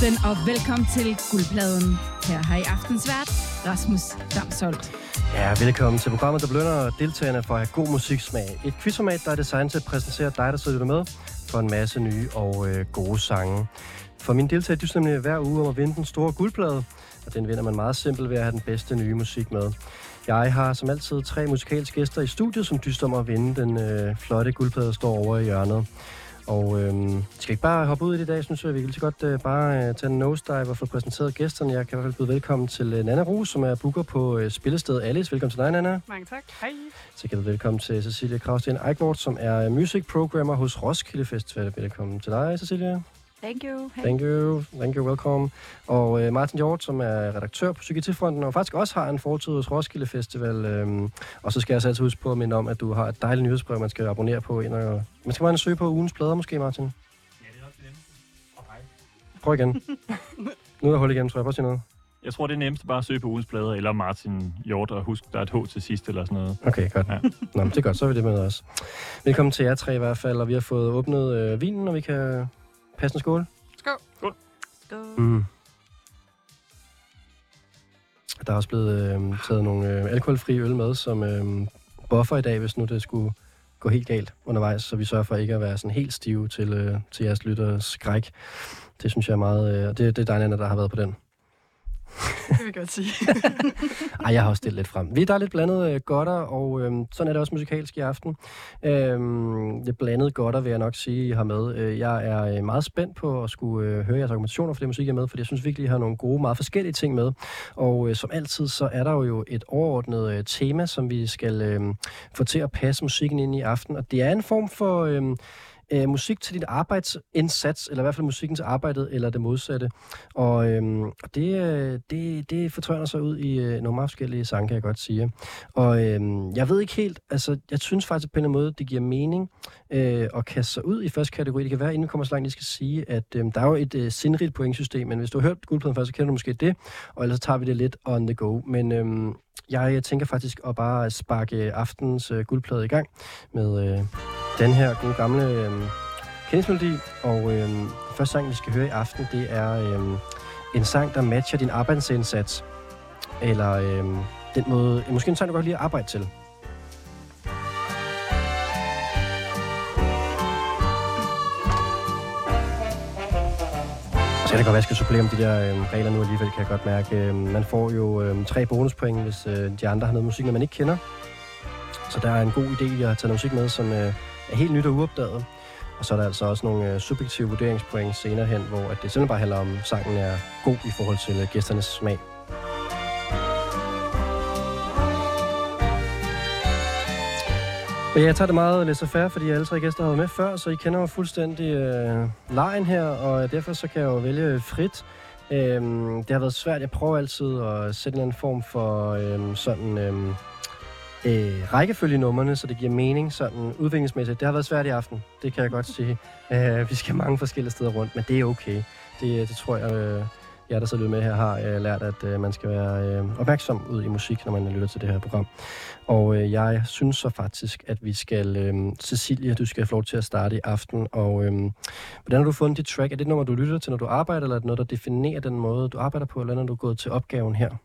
aften, og velkommen til Guldpladen. Her har i aftens vært Rasmus Damsholt. Ja, velkommen til programmet, der belønner deltagerne for at have god musiksmag. Et quizformat, der er designet til at præsentere dig, der sidder med, for en masse nye og gode sange. For mine deltagere dyster nemlig hver uge om at vinde den store guldplade, og den vinder man meget simpelt ved at have den bedste nye musik med. Jeg har som altid 3 musikalske gæster i studiet, som dyster om at vinde den flotte guldplade, der står over i hjørnet. Og skal ikke bare hoppe ud i det i dag, synes jeg, vi kan godt bare tage en nosedive og få præsenteret gæsterne. Jeg kan i hvert fald byde velkommen til Nanna Rus, som er booker på spillestedet Alice. Velkommen til dig, Nanna. Mange tak. Hej. Så kan du velkommen til Cecilia Krausten Eichwort, som er music programmer hos Roskilde Festival. Velkommen til dig, Cecilia. Thank you. Hey. Thank you, welcome. Og Martin Hjort, som er redaktør på Psykiatrifronten, og faktisk også har en fortid hos Roskilde Festival. Og så skal jeg altså altid huske på at minde om, at du har et dejligt nyhedsbrev, man skal abonnere på. Man skal bare søge på ugens plader måske, Martin. Ja, det er også det nemmeste. Prøv igen. Nu er der hul igen, tror jeg. Prøv at sige noget. Jeg tror, det er nemmest bare at søge på ugens plader, eller Martin Hjort, og husk, der er et H til sidst, eller sådan noget. Okay, godt. Ja. Nå, det er godt, så er vi det med os. Velkommen til jer 3 i hvert fald, og vi har fået åbnet vinen, og vi kan passe en skål. Skål. Skål. Skål. Der er også blevet taget nogle alkoholfri øl med, som buffer i dag, hvis nu det skulle gå helt galt undervejs, så vi sørger for ikke at være sådan helt stive til jeres lytteres skræk. Det synes jeg er meget... det er dig, Nanna, der har været på den. Det vil jeg godt sige. Ej, jeg har også stillet lidt frem. Der er lidt blandet godter, og sådan er det også musikalsk i aften. Det blandede godter, vil jeg nok sige, I har med. Jeg er meget spændt på at skulle høre jeres argumentationer for det musik, jeg er med, fordi jeg synes virkelig, I har nogle gode, meget forskellige ting med. Og som altid, så er der jo et overordnet tema, som vi skal få til at passe musikken ind i aften. Og det er en form for... musik til din arbejdsindsats, eller i hvert fald musikken til arbejdet, eller det modsatte. Og det fortrøjer sig ud i nogle meget forskellige sange, kan jeg godt sige. Og jeg ved ikke helt, altså jeg synes faktisk på en eller anden måde, det giver mening at kaste sig ud i første kategori. Det kan være, inden vi kommer så langt, jeg skal sige, at der er jo et sindrigt pointsystem, men hvis du har hørt guldpladen først, så kender du måske det, og ellers tager vi det lidt on the go. Men jeg tænker faktisk at bare sparke aftens guldplade i gang med den her gode gamle kendingsmelodi. Og første sang, vi skal høre i aften, det er en sang, der matcher din arbejdsindsats. Eller den måde, måske en sang, du godt lide at arbejde til. Så kan det godt være, at jeg skal supplere om de der regler nu alligevel, kan jeg godt mærke. Man får jo 3 bonuspoint, hvis de andre har noget musik, man ikke kender. Så der er en god idé, jeg har taget noget musik med, som er helt nyt og uopdaget. Og så er der altså også nogle subjektive vurderingspoint senere hen, hvor det simpelthen bare handler om, sangen er god i forhold til gæsternes smag. Og jeg tager det meget laissez-faire, fordi alle 3 gæster har været med før, så I kender jo fuldstændig lejen her, og derfor så kan jeg jo vælge frit. Det har været svært. Jeg prøver altid at sætte en anden form for rækkefølge i numrene, så det giver mening sådan udviklingsmæssigt. Det har været svært i aften, det kan jeg godt sige. Vi skal mange forskellige steder rundt, men det er okay. Det tror jeg, jer der sidder med her, har lært, at man skal være opmærksom ud i musik, når man lytter til det her program. Og jeg synes så faktisk, at vi skal... Cecilia, du skal få lov til at starte i aften. Og hvordan har du fundet dit track? Er det et nummer, du lytter til, når du arbejder, eller er det noget, der definerer den måde, du arbejder på, eller er du gået til opgaven her?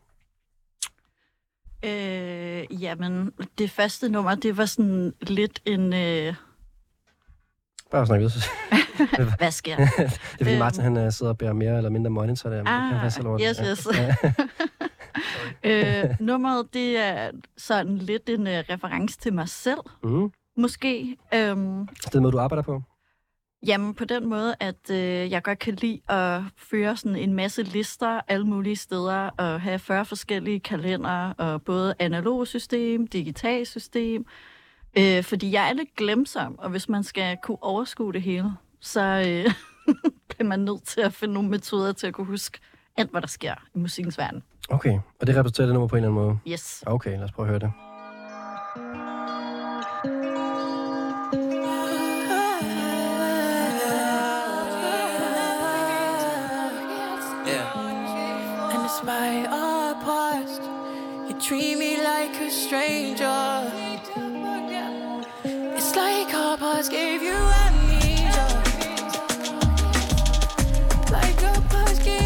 Jamen, det første nummer, det var sådan lidt en... Bare snak videre. Hvad sker der? Det er fordi Martin, han sidder og bærer mere eller mindre money, så det kan yes. Nummeret, det er sådan lidt en reference til mig selv, måske. Det er noget, du arbejder på? Jamen, på den måde, at jeg godt kan lide at føre sådan en masse lister alle mulige steder, og have 40 forskellige kalendere, og både analog system, digital system, fordi jeg er lidt glemsom, og hvis man skal kunne overskue det hele, så bliver man nødt til at finde nogle metoder til at kunne huske alt, hvad der sker i musikkens verden. Okay, og det repræsenterer det nummer på en eller anden måde? Yes. Okay, lad os prøve at høre det. My past, you treat me like a stranger. It's like our past gave you amnesia. Like our past gave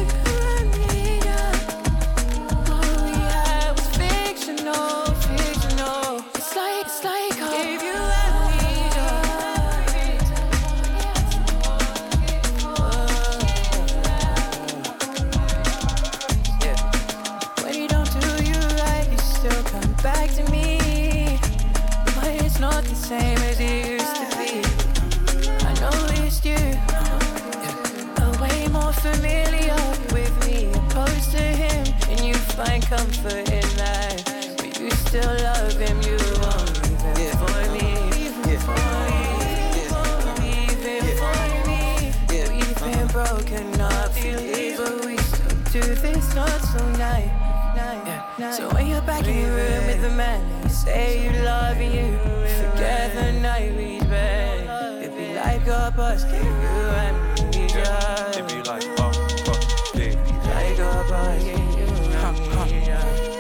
slow night. Yeah. So when you're back in your room with the man, you say you love and you forget the night we spent. It'd be like a bus gave you amnesia. It'd be like a bus gave you like a bus gave you amnesia.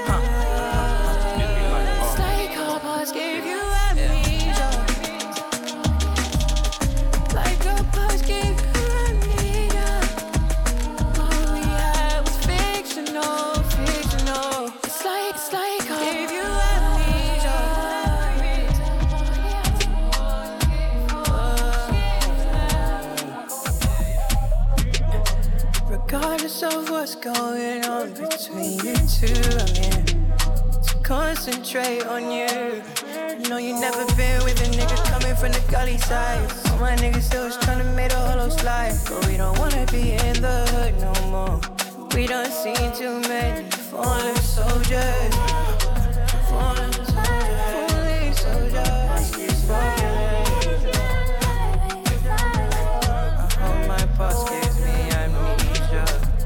It's like a bus gave you amnesia. Like a bus gave you amnesia. All we had was fictional. It's like I gave you amnesia. Regardless of what's going on between you two, I'm here to concentrate on you. You know you never been with a nigga coming from the gully side. All my niggas still was trying to make the hollow slide. But we don't wanna be in the hood no more. We done seen too many fallen soldiers. Fallen soldiers. I hope my boss gives me amnesia.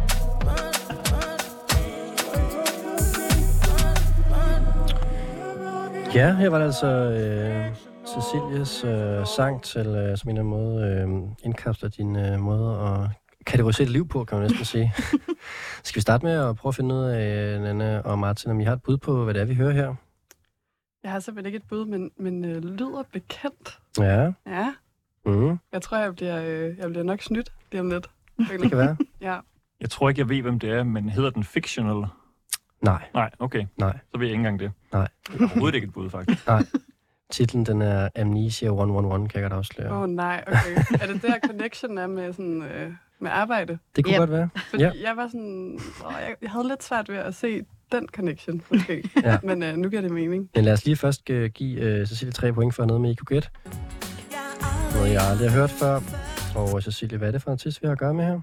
Ja, her var det altså Cecilies sang til, som en eller anden måde indkapsler din måde at kategorisere et liv på, kan man næsten sige. Skal vi starte med at prøve at finde ud af, Nanna og Martin, om I har et bud på, hvad det er, vi hører her? Jeg har simpelthen ikke et bud, men lyder bekendt. Ja. Ja. Mm. Jeg tror, jeg bliver nok snydt lige om lidt. Det kan være. Ja. Jeg tror ikke, jeg ved, hvem det er, men hedder den fictional? Nej. Nej, okay. Nej. Så ved jeg ikke engang det. Nej. Overhovedet ikke et bud, faktisk. Nej. Titlen, den er Amnesia 111, kan jeg godt afsløre. Nej, okay. Er det der connection er med sådan... med arbejde? Det kunne godt være. Fordi jeg var sådan... Jeg havde lidt svært ved at se den connection, måske. Ja. Men nu giver det mening. Men lad os lige først give Cecilie 3 point for noget med, I kunne gætte. Noget, jeg aldrig har hørt før. Og Cecilie, hvad er det for en artist, vi har at gøre med her?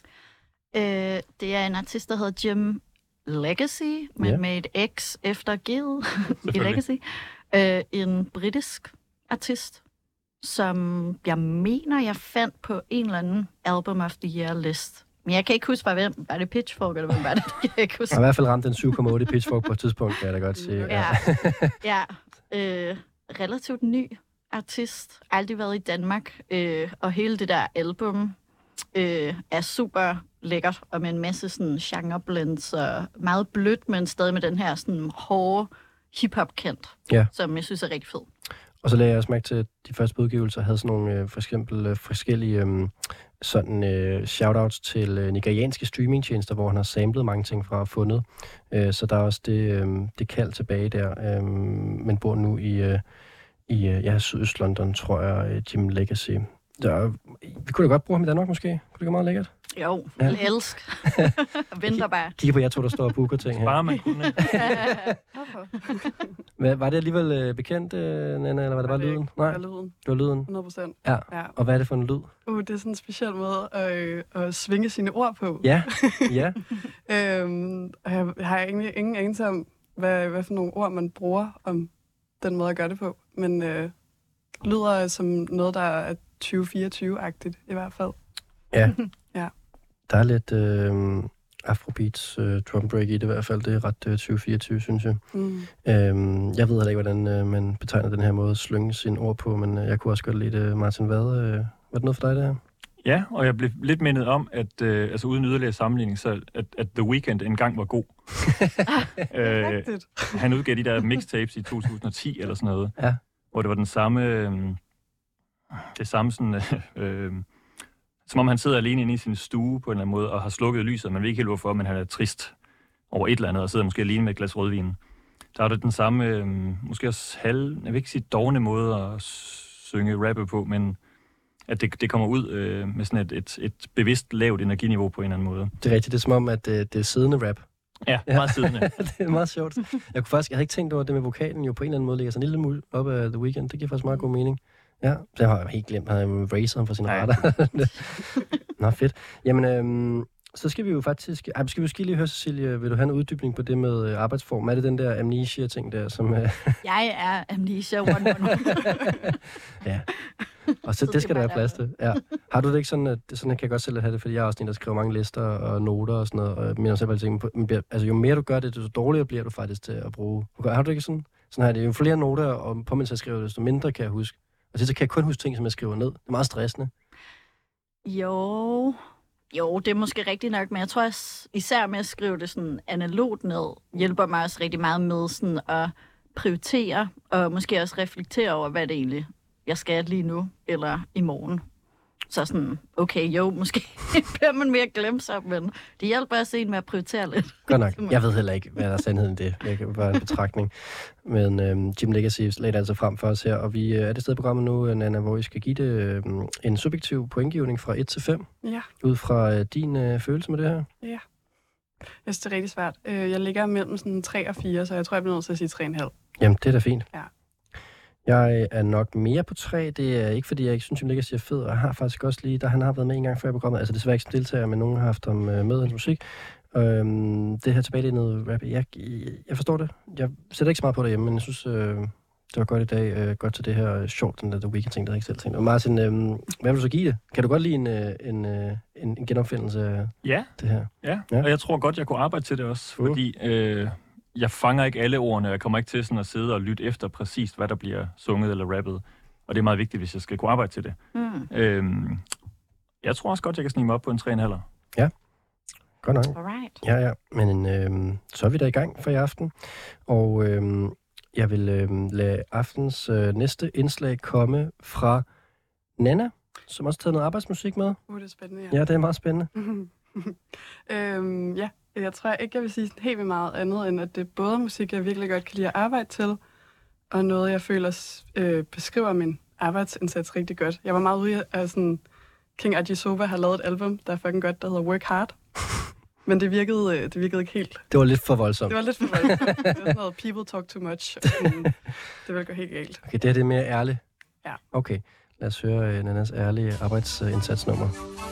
Det er en artist, der hedder Jim Legacy, men med et X efter G'et i Legacy. En britisk artist, som jeg mener, jeg fandt på en eller anden Album of the Year list. Men jeg kan ikke huske, hvem. Var det Pitchfork, eller hvem var det? Jeg kan ikke huske. Jeg har i hvert fald ramt den 7,8 Pitchfork på et tidspunkt, kan jeg da godt sige. Ja. Relativt ny artist. Aldrig været i Danmark. Og hele det der album er super lækkert, og med en masse sådan genreblends, og meget blødt, men stadig med den her sådan hårde hip-hop-kant, som jeg synes er rigtig fed. Og så lagde jeg også mærke til, at de første udgivelser havde sådan nogle for eksempel forskellige shoutouts til nigerianske streamingtjenester, hvor han har samlet mange ting fra og fundet. Så der er også det kald tilbage der, men bor nu i Sydøst-London, tror jeg, Jim Legacy. Vi kunne da godt bruge ham i Danmark måske. Kunne det gå meget lækkert? Jo, jeg elsk. Venter bare. Kigger på jer to, der står og booker ting her. Bare man kunne. Var det alligevel bekendt, Nanna, eller var det bare lyden? Nej, det var lyden. 100%. Ja. Og hvad er det for en lyd? Det er sådan en speciel måde at svinge sine ord på. Ja. Jeg har egentlig ingen anelse om, hvad for nogle ord man bruger om den måde at gøre det på. Men lyder som noget, der er 2024-agtigt i hvert fald. Ja. Ja. Der er lidt Afrobeats drum break i det i hvert fald. Det er ret 2024, synes jeg. Jeg ved heller ikke, hvordan man betegner den her måde at slynge sine ord på, men jeg kunne også godt lide det. Martin, var det noget for dig, det her? Ja, og jeg blev lidt mindet om, at uden yderligere sammenligning, så at The Weeknd engang var god. Han udgav de der mixtapes i 2010 eller sådan noget, hvor det var den samme... Det samme sådan... som om han sidder alene inde i sin stue på en eller anden måde, og har slukket lyset, man ved ikke helt hvorfor, men han er trist over et eller andet, og sidder måske alene med et glas rødvin. Der er det den samme, måske også jeg vil ikke sige dovne måde at synge rappe på, men at det kommer ud med sådan et bevidst lavt energiniveau på en eller anden måde. Det er rigtigt, det er som om, at det er siddende rap. Ja, meget siddende. Det er meget sjovt. Jeg havde ikke tænkt over, at det med vokalen jo på en eller anden måde ligger sådan en lille smule op af The Weeknd. Det giver faktisk meget god mening. Ja, så jeg har helt glemt, at han racer ham for sin radar. Nå, fedt. Jamen, så skal vi jo faktisk... skal vi måske lige høre, Cecilie, vil du have en uddybning på det med arbejdsform? Er det den der amnesia-ting der, som... Jeg er amnesia 111. Ja. Og så det skal der være plads til. Ja. Har du det ikke sådan, at sådan kan jeg godt selv have det, fordi jeg er også en, der skriver mange lister og noter og sådan noget, og jeg mener selv ting på, altså jo mere du gør det, desto dårligere bliver du faktisk til at bruge. Har du ikke sådan? Sådan her, det er jo flere noter, og på mens jeg skriver det, desto mindre kan jeg huske. Og så kan jeg kun huske ting, som jeg skriver ned. Det er meget stressende. Jo, det er måske rigtigt nok, men jeg tror især med at skrive det sådan analogt ned, hjælper mig også rigtig meget med sådan at prioritere, og måske også reflektere over, hvad det egentlig jeg skal lige nu, eller i morgen. Så sådan, okay, måske bliver man mere glemsom, men det hjælper også en med at prioritere lidt. Godt nok. Jeg ved heller ikke, hvad der er sandheden i det. Det kan være en betragtning. Men Jim Legacy lagde det altså frem for os her, og vi er det sted i programmet nu, Nana, hvor I skal give det en subjektiv pointgivning fra 1 til 5. Ja. Ud fra din følelse med det her. Ja. Jeg synes, det er rigtig svært. Jeg ligger mellem sådan 3 og 4, så jeg tror, jeg bliver nødt til at sige 3,5. Jamen, det er da fint. Ja. Jeg er nok mere på 3. Det er ikke, fordi jeg ikke synes, Jim Legacy er fed, og jeg har faktisk også lige, han har været med en gang før i programmet, altså desværre ikke som deltager, men nogen har haft ham med hans musik. Det her tilbage i noget rap, jeg forstår det. Jeg sætter ikke så meget på derhjemme, men jeg synes, det var godt i dag. Godt til det her short, den der The Weeknd-ting, der jeg ikke selv tænkte. Og Martin, hvad vil du så give det? Kan du godt lide en genopfindelse af det her? Ja, og jeg tror godt, jeg kunne arbejde til det også, fordi jeg fanger ikke alle ordene, jeg kommer ikke til sådan at sidde og lytte efter præcis, hvad der bliver sunget eller rappet. Og det er meget vigtigt, hvis jeg skal kunne arbejde til det. Jeg tror også godt, jeg kan snige mig op på en 3,5. Ja, godt nok. Alright. Ja, men så er vi da i gang for i aften. Og jeg vil lade aftens næste indslag komme fra Nana, som også har taget noget arbejdsmusik med. Det er spændende, ja. Ja, det er meget spændende. Ja, jeg tror ikke, jeg vil sige helt vildt meget andet, end at det er både musik, jeg virkelig godt kan lide at arbejde til, og noget, jeg føler beskriver min arbejdsindsats rigtig godt. Jeg var meget ude af sådan, King Ajisoba har lavet et album, der er fucking godt, der hedder Work Hard. Men det virkede ikke helt. Det var lidt for voldsomt. Det var sådan noget people talk too much. Det vil gå helt galt. Okay, det er mere ærligt. Ja. Okay, lad os høre Nanas ærlige arbejdsindsatsnummer.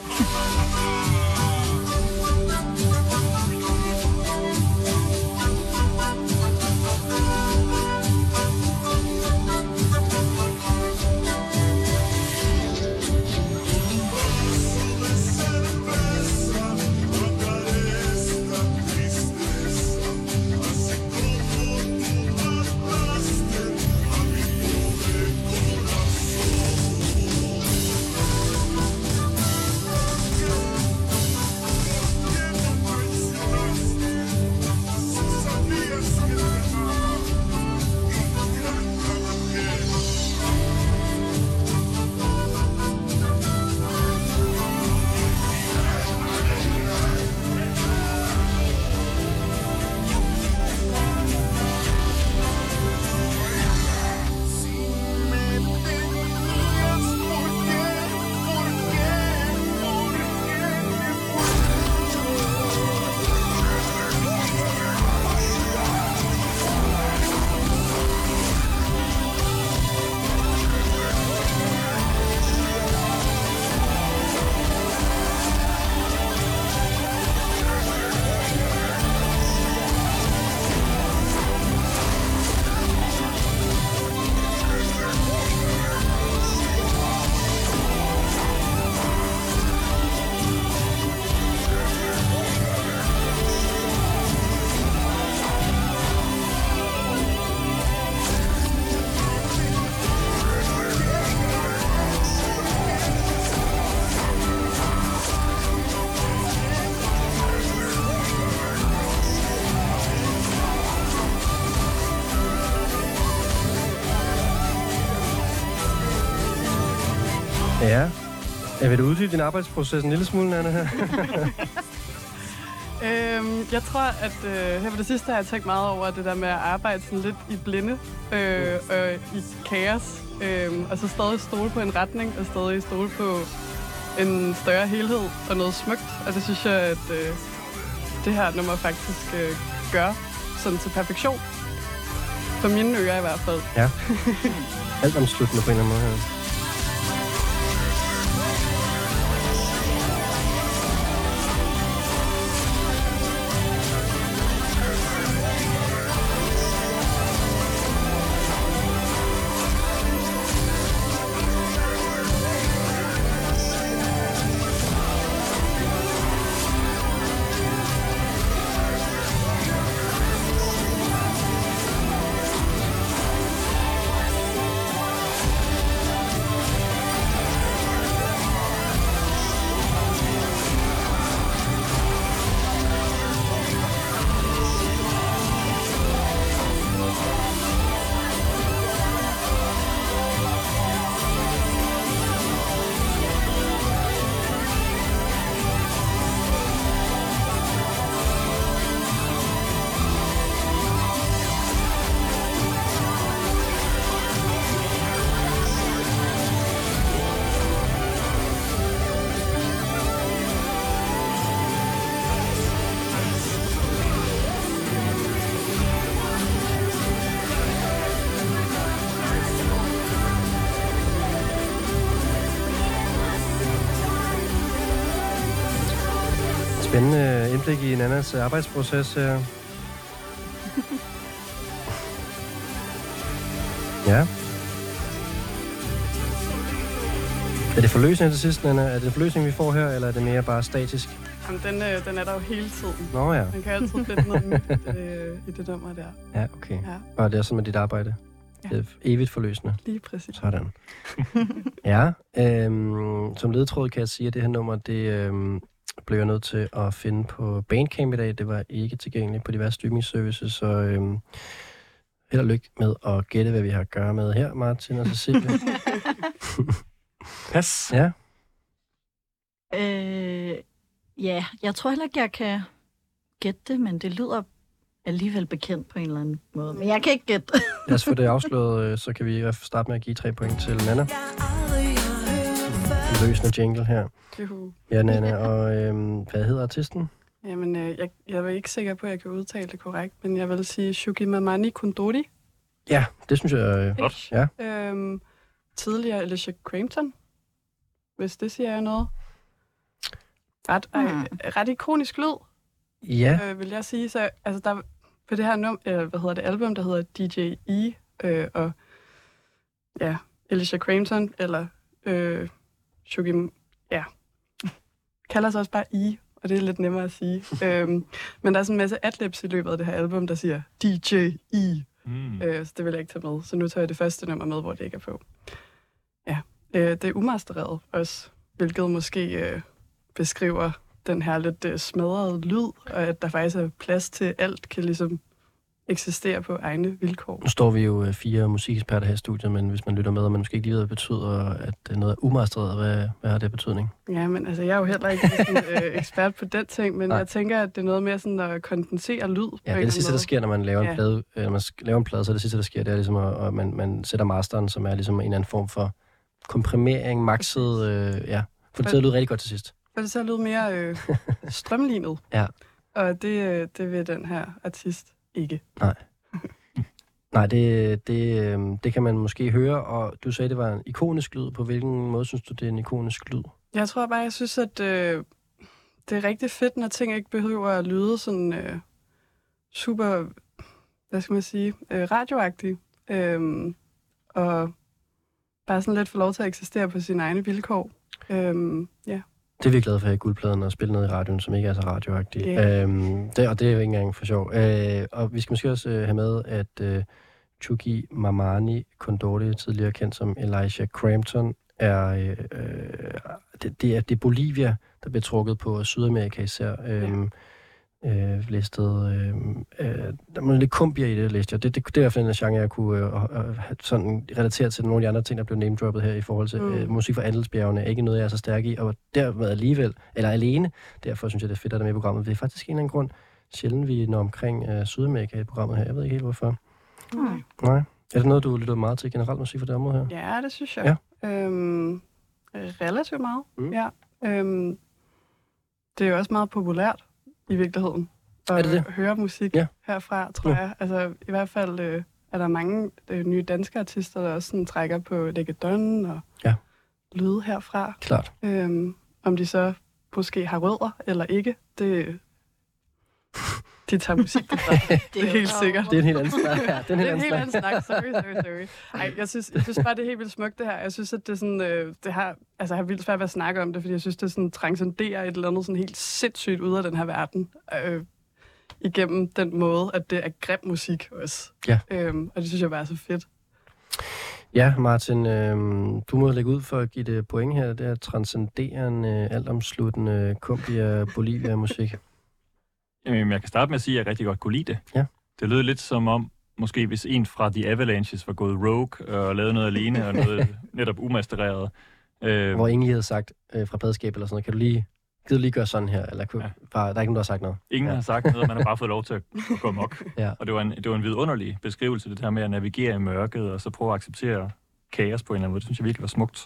Ja. Jeg vil du uddybe din arbejdsproces en lille smule, Nana, her? Jeg tror, at her på det sidste har jeg tænkt meget over det der med at arbejde sådan lidt i blinde og i kaos. Og så stadig stole på en retning, og stadig stole på en større helhed og noget smukt. Og det synes jeg, at det her nummer faktisk gør sådan til perfektion. For mine ører i hvert fald. Ja. Alt omsluttende på en eller anden måde her. Spændende indblik i Nannas arbejdsproces. Ja. Er det forløsning til sidst, Nanna? Er det forløsning, vi får her, eller er det mere bare statisk? Jamen, den er der jo hele tiden. Nå ja. Man kan altid finde noget nyt i det nummer der. Ja, okay. Ja. Og det er sådan med dit arbejde? Ja. Det er evigt forløsende? Lige præcis. Sådan. Ja, som ledtråd kan jeg sige, at det her nummer, det blev jeg nødt til at finde på Bandcamp i dag. Det var ikke tilgængeligt på diverse streaming-services, så held og lykke med at gætte, hvad vi har at gøre med her, Martin og Cecilie. Pas. Ja. Ja, jeg tror heller ikke, jeg kan gætte det, men det lyder alligevel bekendt på en eller anden måde. Men jeg kan ikke gætte. Lad os få det afsløret, så kan vi i hvert fald starte med at give 3 point til Nanna. En løsende jingle her. Ja, Nanna, og hvad hedder artisten? Jamen, jeg er ikke sikker på, at jeg kan udtale det korrekt, men jeg vil sige Shugimamani Kondori. Ja, det synes jeg... Godt. Ja. Tidligere Alicia Crampton, hvis det siger jeg noget. Ret ikonisk lyd, Ja. vil jeg sige. Så, altså, der på det her album, der hedder DJ E, og ja, Alicia Crampton, eller Shugim, ja, kalder sig også bare E, og det er lidt nemmere at sige. Men der er sådan en masse adlibs i løbet af det her album, der siger DJ E. Så det vil jeg ikke tage med. Så nu tager jeg det første nummer med, hvor det ikke er på. Ja, det er umastereret også, hvilket måske beskriver den her lidt smadrede lyd, og at der faktisk er plads til alt, kan ligesom eksistere på egne vilkår. Nu står vi jo 4 musikeksperter her i studiet, men hvis man lytter med, og man måske ikke lige ved, hvad det betyder, at noget er umasteret, hvad har det betydning? Ja, men altså, jeg er jo heller ikke sådan, ekspert på den ting, men jeg tænker, at det er noget mere sådan at kondensere lyd. Ja, det er det sidste, der sker, når man laver en plade. Når man laver en plade, så er det sidste, der sker, det er ligesom, at man sætter masteren, som er ligesom en eller anden form for komprimering, maxet, for det til at lyde rigtig godt til sidst. For det til at lyde mere strømlignet. Ja. Og det vil den her artist ikke. Nej. Nej, det kan man måske høre, og du sagde, det var en ikonisk lyd. På hvilken måde synes du, det er en ikonisk lyd? Jeg tror bare, jeg synes, at det er rigtig fedt, når ting ikke behøver at lyde sådan super, hvad skal man sige, radioagtige. Og bare sådan lidt få lov til at eksistere på sine egne vilkår. Ja. Det er vi glade for her i Guldpladen, at spille noget i radioen, som ikke er så radioagtigt. Yeah. Og det er jo ikke engang for sjov. Og vi skal måske også have med, at Shugimamani Kondori, tidligere kendt som Alicia Crampton, det er Bolivia, der bliver trukket på Sydamerika især. Listet. Der er lidt kumbier i det, læste jeg. Det er i hvert fald en genre, jeg kunne sådan relatere til nogle af de andre ting, der blev name-droppet her i forhold til musik fra Andelsbjergene. Ikke noget, jeg er så stærk i, og dermed alligevel, eller alene. Derfor synes jeg, det er fedt, at der er med i programmet. Det er faktisk en eller anden grund sjældent, vi når omkring Sydamerika i programmet her. Jeg ved ikke helt, hvorfor. Nej. Er det noget, du lytter meget til generelt musik fra det område her? Ja, det synes jeg. Ja. Relativt meget, ja. Det er jo også meget populært i virkeligheden at høre musik herfra, tror jeg. Altså, i hvert fald er der mange nye danske artister, der også sådan, trækker på Legadon og lyde herfra. Klart. Om de så måske har rødder eller ikke, de tager musik derfra. Det er helt sikkert. Det er en helt anden snak. Ja, det er en helt anden snak. Sorry. Ej, jeg synes bare, det er helt vildt smukt, det her. Jeg synes, at det er sådan, det har, altså, jeg har vildt svært ved at snakke om det, fordi jeg synes, det sådan transcenderer et eller andet sådan helt sindssygt ud af den her verden. Igennem den måde, at det er grim musik også. Ja. Og det synes jeg bare er så fedt. Ja, Martin, du må lægge ud for at give det point her. Det er transcenderende, altomsluttende Cumbia Bolivia-musik. Jamen, jeg kan starte med at sige, at jeg rigtig godt kunne lide det. Ja. Det lød lidt som om, måske hvis en fra The Avalanches var gået rogue og lavet noget alene og noget netop umastereret. Hvor ingen lige havde sagt fra pladskab eller sådan noget, kan du lige gøre sådan her? Eller der er ikke nogen, der har sagt noget? Ingen har sagt noget, man har bare fået lov til at gå amok. Og det var en vidunderlig beskrivelse, det her med at navigere i mørket og så prøve at acceptere kaos på en eller anden måde. Det synes jeg virkelig var smukt.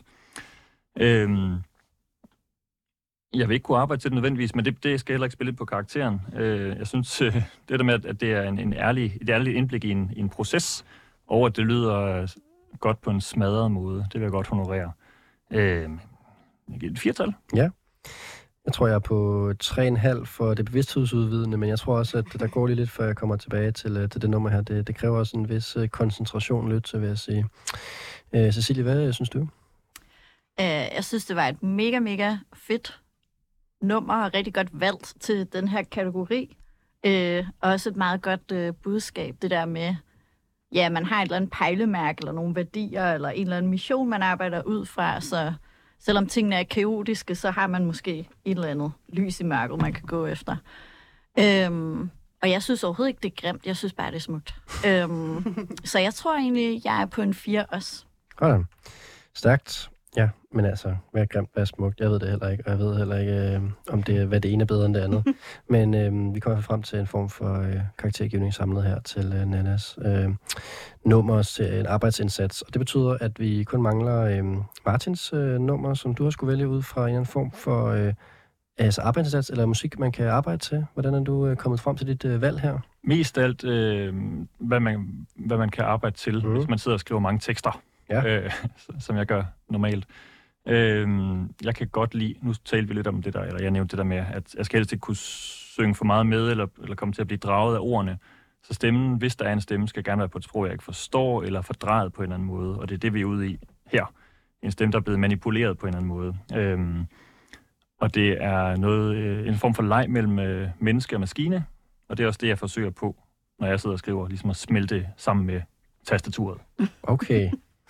Jeg vil ikke kunne arbejde til det nødvendigvis, men det skal heller ikke spille på karakteren. Jeg synes, det der med, at det er et ærligt indblik i en proces, og at det lyder godt på en smadret måde, det vil jeg godt honorere. Jeg giver et 4-tal. Ja. Jeg tror, jeg er på 3,5 for det bevidsthedsudvidende, men jeg tror også, at der går lige lidt, før jeg kommer tilbage til det nummer her. Det kræver også en vis koncentration lidt, så vil jeg sige. Cecilie, hvad synes du? Jeg synes, det var et mega, mega fedt nummer, og rigtig godt valgt til den her kategori. Også et meget godt budskab, det der med, ja, man har et eller andet pejlemærke, eller nogle værdier, eller en eller anden mission, man arbejder ud fra, så selvom tingene er kaotiske, så har man måske et eller andet lys i mørket, man kan gå efter. Og jeg synes overhovedet ikke, det er grimt. Jeg synes bare, det er smukt. Så jeg tror egentlig, jeg er på en 4 også. Godt. Stærkt. Ja, men altså, hvad er grimt, hvad er smukt? Jeg ved det heller ikke, og jeg ved heller ikke, om det, hvad det ene er bedre end det andet. Men vi kommer frem til en form for karaktergivning samlet her til Nannas nummer, en arbejdsindsats. Og det betyder, at vi kun mangler Martins nummer, som du har skulle vælge ud fra en eller anden form for altså arbejdsindsats eller musik, man kan arbejde til. Hvordan er du kommet frem til dit valg her? Mest alt, hvad man kan arbejde til, hvis man sidder og skriver mange tekster. Ja. Som jeg gør normalt. Jeg kan godt lide, nu talte vi lidt om det der, eller jeg nævnte det der med, at jeg skal helst ikke kunne synge for meget med, eller komme til at blive draget af ordene. Så stemmen, hvis der er en stemme, skal gerne være på et sprog, jeg ikke forstår, eller fordrejet på en eller anden måde. Og det er det, vi er ude i her. En stemme, der er blevet manipuleret på en eller anden måde. Og det er en form for leg mellem menneske og maskine, og det er også det, jeg forsøger på, når jeg sidder og skriver, ligesom at smelte sammen med tastaturet. Okay.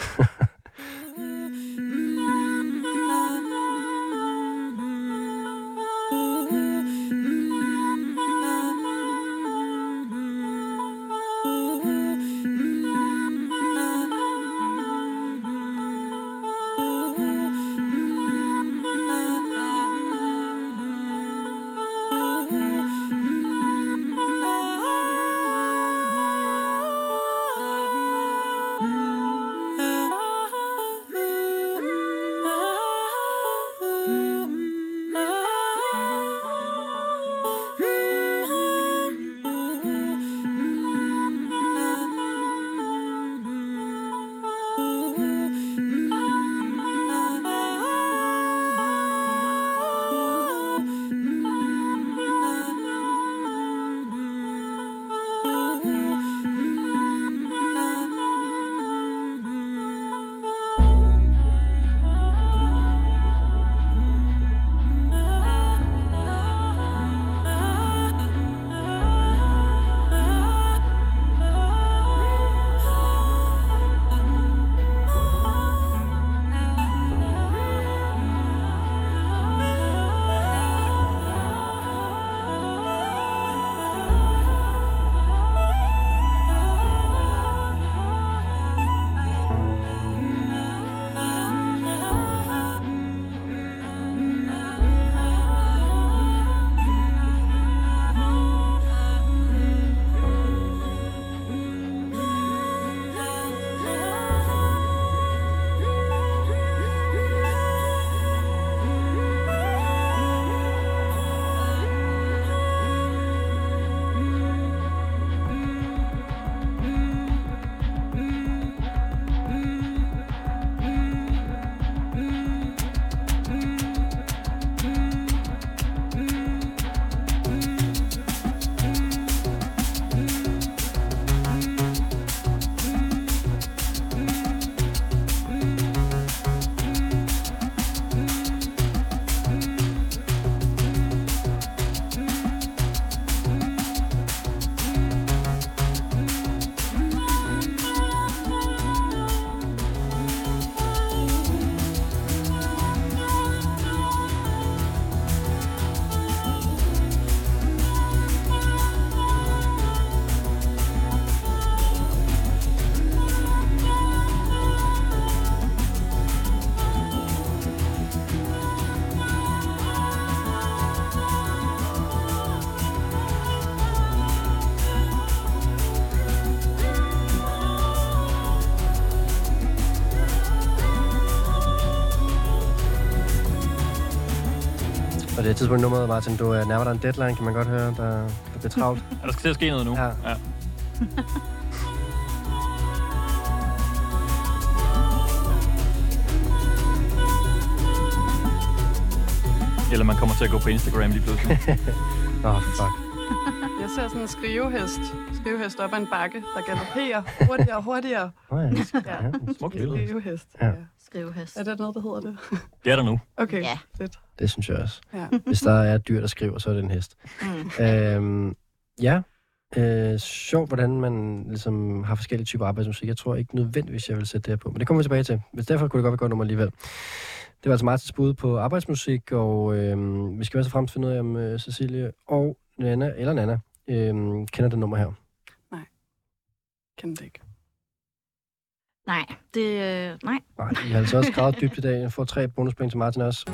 Og det er tidspunkt nummeret, Martin, du er nærmere en deadline, kan man godt høre, der bliver travlt. Ja, der skal til at ske noget nu. Ja. Eller man kommer til at gå på Instagram lige pludselig. Fuck. Jeg ser sådan en skrivehest op ad en bakke, der galopperer hurtigere og hurtigere. Smukt billede. Skrivehest. Ja. Skrivehest. Er det noget, der hedder det? Det er der nu. Okay, Ja. fedt. Det synes jeg også. Ja. Hvis der er et dyr, der skriver, så er det en hest. Sjovt, hvordan man ligesom har forskellige typer arbejdsmusik. Jeg tror ikke nødvendigvis, jeg vil sætte det her på. Men det kommer vi tilbage til. Hvis derfor kunne det godt være godt nummer alligevel. Det var altså Martins bud på arbejdsmusik, og vi skal også fremmest finde ud af, om Cecilie og Nana kender det nummer her. Nej. Kender det ikke. Nej, nej. Nej, I har altså også gravet dybt i dag. Jeg får 3 bonuspoint til Martin også.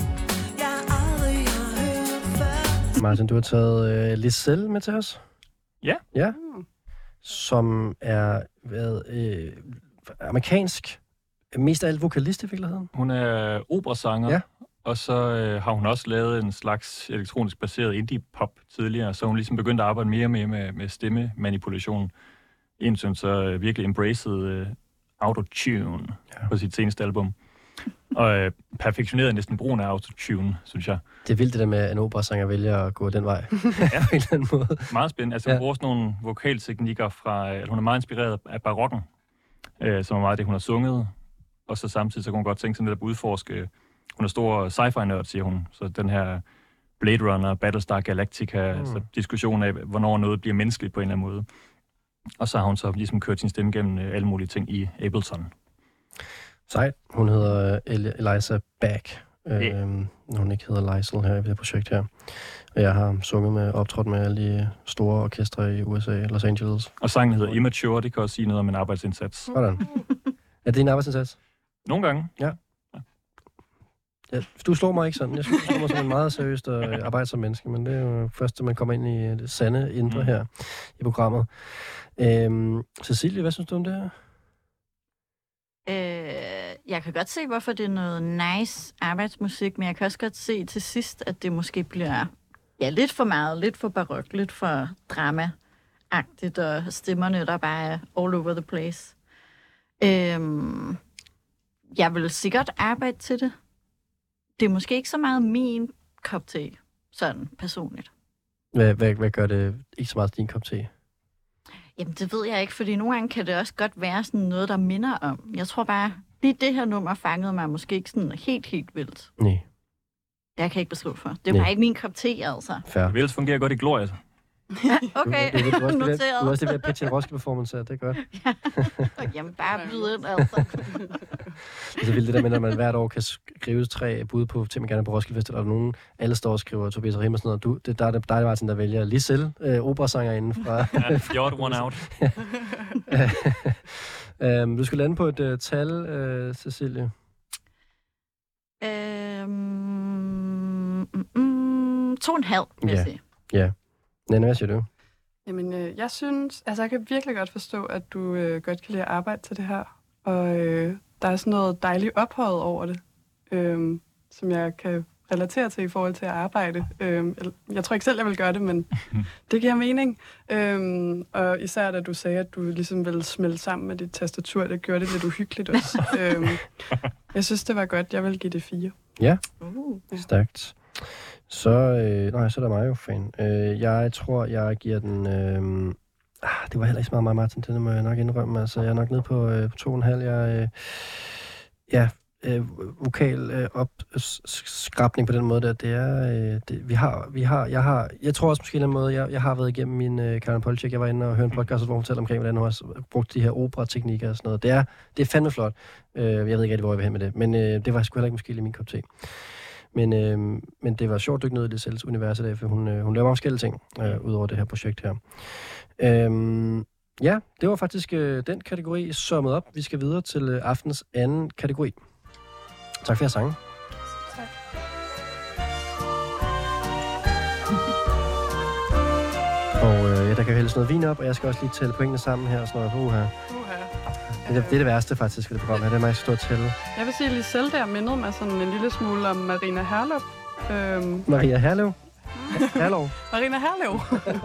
Martin, du har taget Liselle med til os. Ja. Ja. Som er amerikansk, mest af alt vokalist i virkeligheden. Hun er operasanger, ja. Og så har hun også lavet en slags elektronisk baseret indie-pop tidligere, så hun ligesom begyndte at arbejde mere og mere med stemmemanipulation, indtil hun så virkelig embraced autotune på sit seneste album. Og perfektionerede næsten brugen af autotune, synes jeg. Det er vildt det der med, at en operasanger vælger at gå den vej. Ja, på en eller anden måde. Meget spændende. Altså, hun bruger sådan nogle vokalteknikker fra... Hun er meget inspireret af barokken, som er meget det, hun har sunget. Og så samtidig så kunne hun godt tænke sig lidt at udforske... Hun er stor sci-fi-nørd, siger hun. Så den her Blade Runner, Battlestar Galactica, altså diskussion af, hvornår noget bliver menneskeligt på en eller anden måde. Og så har hun så ligesom kørt sin stemme gennem alle mulige ting i Ableton. Sejt. Hun hedder Eliza Back. Hun ikke hedder Lisel her i det her projekt her. Og jeg har sunget med, optrådt med alle de store orkestre i USA, Los Angeles. Og sangen hedder Immature, det kan også sige noget om en arbejdsindsats. Sådan. Er det en arbejdsindsats? Nogle gange. Ja. Du slår mig ikke sådan. Jeg synes, du slår mig som en meget seriøst og arbejdsom menneske, men det er jo først, at man kommer ind i det sande indre her i programmet. Cecilie, hvad synes du om det her? Jeg kan godt se, hvorfor det er noget nice arbejdsmusik, men jeg kan også godt se til sidst, at det måske bliver lidt for meget, lidt for barok, lidt for drama-agtigt, og stemmerne, der bare er all over the place. Jeg vil sikkert arbejde til det. Det er måske ikke så meget min kop te, sådan personligt. Hvad gør det ikke så meget din kop te? Jamen, det ved jeg ikke, fordi nogle gange kan det også godt være sådan noget, der minder om. Jeg tror bare, lige det her nummer fangede mig måske ikke sådan helt vildt. Nej. Jeg kan ikke beskrive for. Det er bare ikke min kop te, altså. Fair. Det vil ellers fungere godt i Gloria. Ja, okay. Du er noteret. også det ved at pitche en Roskilde-performance her, det er godt. Jamen, bare byde ind, altså. Det er så vildt det der med, når man hvert år kan skrive 3 bud på ting, man gerne på Roskilde Festival, og nogen, alle står og skriver Tobias Rahim og sådan noget. Der er det dig, Martin, der vælger Liselle, operasanger inden fra... You're one out. Du skal lande på et tal, Cecilie. 2,5, vil jeg sige. Ja. Nana, hvad siger du? Jamen, jeg synes... Altså, jeg kan virkelig godt forstå, at du godt kan lide at arbejde til det her. Og der er sådan noget dejligt ophøjet over det, som jeg kan relatere til i forhold til at arbejde. Jeg tror ikke selv, jeg vil gøre det, men det giver mening. Og især da du sagde, at du ligesom ville smelte sammen med dit tastatur, det gjorde det lidt uhyggeligt også. Jeg synes, det var godt. Jeg vil give det 4. Ja, stærkt. Så er der mig jo fan. Jeg tror, jeg giver den... det var heller ikke så meget Martin, det må jeg nok indrømme. Altså, jeg er nok nede på 2,5. Vokal opskrabning på den måde, der det er... Jeg tror også måske en eller anden måde, jeg har været igennem min Karen Polchek. Jeg var inde og hørte en podcast, hvor hun fortalte omkring, hvordan hun har brugt de her opera-teknikker og sådan noget. Det er fandme flot. Jeg ved ikke rigtig, hvor jeg vil hen med det. Men det var sgu heller ikke måske lige min kop te. Men det var sjovt dykke ned i det Liselles univers i dag, for hun laver mange forskellige ting ud over det her projekt her. Det var faktisk den kategori summet op. Vi skal videre til aftens anden kategori. Tak for jeres sange. Tak. Og der kan hældes noget vin op, og jeg skal også lige tælle pointene sammen her. Sådan noget. Det er det værste faktisk ved det program her. Det er meget stort at tælle. Jeg vil sige, at Liselle der mindede mig sådan en lille smule om Marina Herløb. Maria Herlev? Herlev? Marina Herlev.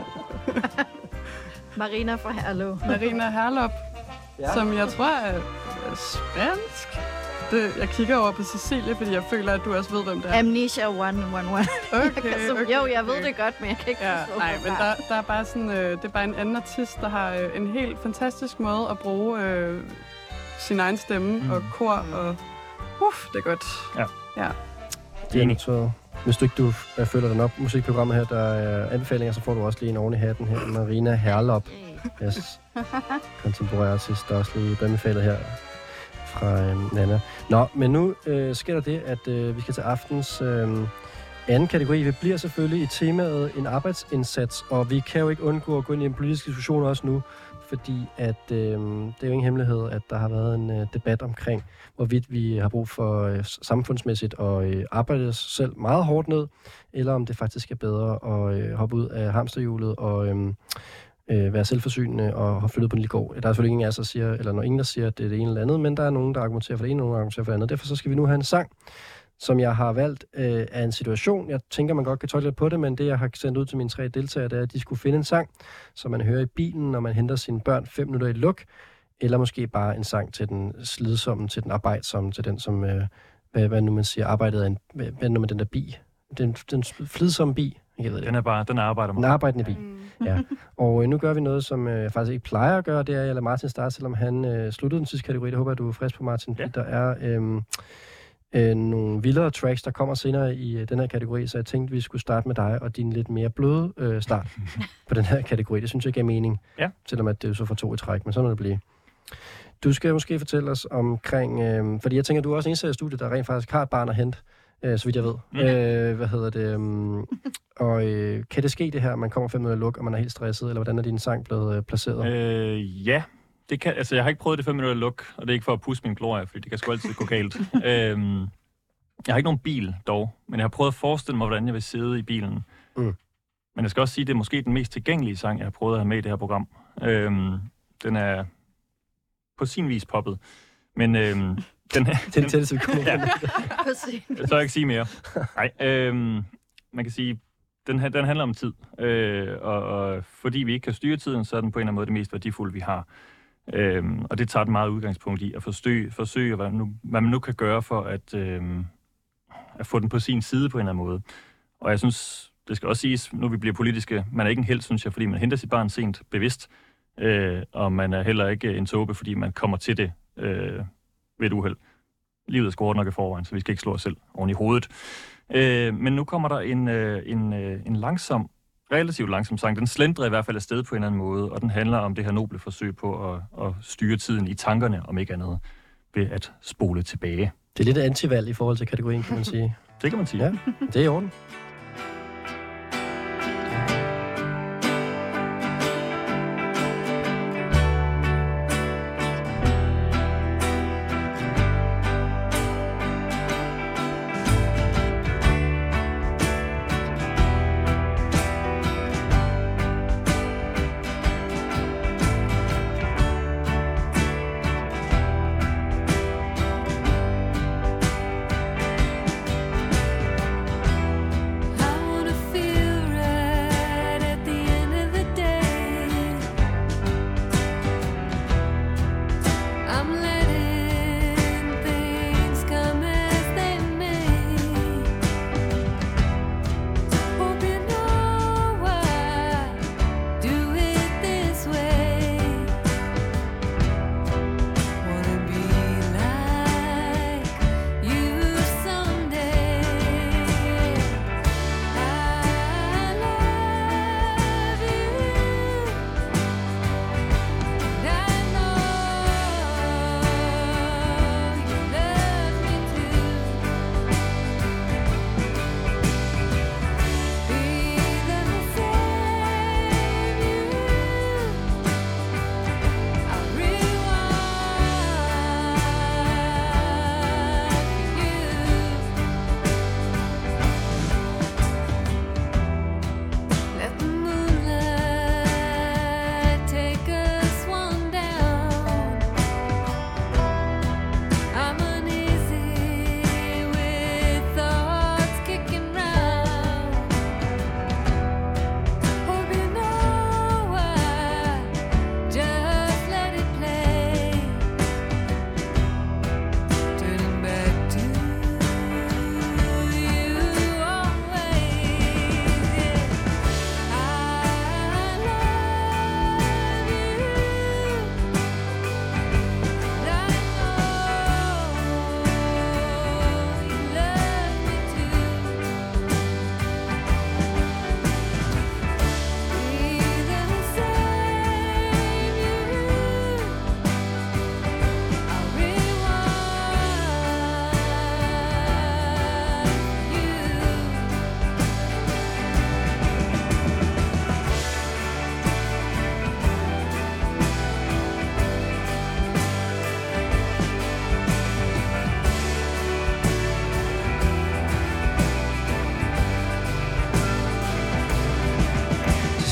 Marina fra Herlev. Marina Herløb, som jeg tror er spansk. Jeg kigger over på Cecilie, fordi jeg føler, at du også ved, hvem det er. Amnesia 111. Okay. Jeg ved det godt, men jeg kan ikke forstå, nej, men der er bare sådan, det er bare en anden artist, der har en helt fantastisk måde at bruge sin egen stemme og kor, og det er godt. Ja. Det er noteret. Hvis du ikke følger den op, musikprogrammet her, der er anbefalinger, så får du også lige en oven i hatten her. Marina Herlop, yes. Kontemporær artist, der også lige anbefalet her fra Nana. Nå, men nu sker der det, at vi skal til aftens anden kategori. Vi bliver selvfølgelig i temaet en arbejdsindsats, og vi kan jo ikke undgå at gå ind i en politisk diskussion også nu, fordi at det er jo ingen hemmelighed, at der har været en debat omkring, hvorvidt vi har brug for samfundsmæssigt at arbejde os selv meget hårdt ned, eller om det faktisk er bedre at hoppe ud af hamsterhjulet og være selvforsynende og have flyttet på en lille gård. Der er selvfølgelig ingen af os, der siger, eller ingen, der siger, at det er det ene eller andet, men der er nogen, der argumenterer for det ene, og nogen, der argumenterer for det andet. Derfor så skal vi nu have en sang, som jeg har valgt af en situation. Jeg tænker, man godt kan tolke lidt på det, men det, jeg har sendt ud til mine 3 deltagere, det er, at de skulle finde en sang, som man hører i bilen, når man henter sine børn 5 minutter i luk, eller måske bare en sang til den slidsomme, til den arbejdsomme, til den, som, hvad nu man siger, arbejdet af en, hvad nu med den der bi? Den flidsomme bi? Jeg ved det. Den er arbejder med. Den arbejdende bi, ja. Og nu gør vi noget, som jeg faktisk ikke plejer at gøre, det er, at jeg lader Martin starte, selvom han sluttede den sidste kategori. Det håber jeg, du er frisk på, Martin. Ja. Der er nogle vildere tracks, der kommer senere i den her kategori, så jeg tænkte, vi skulle starte med dig og din lidt mere bløde start på den her kategori. Det synes jeg gav mening, selvom at det er så for 2 i træk, men sådan må det blive. Du skal måske fortælle os omkring, fordi jeg tænker, du er også en i studiet, der rent faktisk har et barn at hente, så vidt jeg ved. Kan det ske det her, man kommer 5 minutter luk, og man er helt stresset, eller hvordan er din sang blevet placeret? Ja. Det kan, altså, jeg har ikke prøvet det 5 minutter luk, og det er ikke for at pusse min glorie, fordi det kan sgu altid gå galt. Jeg har ikke nogen bil dog, men jeg har prøvet at forestille mig, hvordan jeg vil sidde i bilen. Men jeg skal også sige, at det er måske den mest tilgængelige sang, jeg har prøvet at have med i det her program. Den er på sin vis poppet, men den tætteste, vi kommer. Ja. Så jeg ikke sige mere. Nej, man kan sige, den handler om tid, og fordi vi ikke kan styre tiden, så er den på en eller anden måde det mest værdifulde, vi har. Og det tager den meget udgangspunkt i at forsøge hvad man nu kan gøre for at få den på sin side på en eller anden måde. Og jeg synes, det skal også siges, nu vi bliver politiske, man er ikke en helt, synes jeg, fordi man henter sit barn sent bevidst, og man er heller ikke en tåbe, fordi man kommer til det ved et uheld. Livet er skåret nok i forvejen, så vi skal ikke slå os selv oven i hovedet. Men nu kommer der en relativt langsom sang. Den slendrer i hvert fald afsted på en eller anden måde, og den handler om det her noble forsøg på at styre tiden i tankerne, om ikke andet, ved at spole tilbage. Det er lidt antivalg i forhold til kategorien, kan man sige. Det kan man sige. Ja, det er i orden.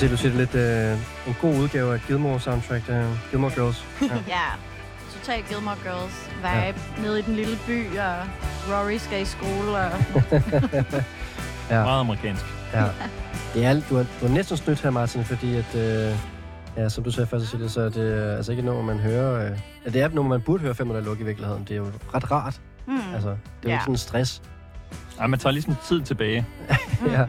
Cecilie, du siger lidt en god udgave af Gilmore soundtrack, Gilmore Girls. Ja, total Gilmore Girls vibe nede i den lille by, og Rory skal i skole. Og... ja. Meget amerikansk. Ja. Det er, du er næsten snydt her, Martin, fordi at, ja, som du sagde først, Cecilie, så er det altså ikke noget, man hører... det er noget, man burde høre 5 minutter lukke i virkeligheden. Det er jo ret rart. Altså, det er jo ikke sådan en stress. Ja, man tager ligesom tid tilbage. Ja.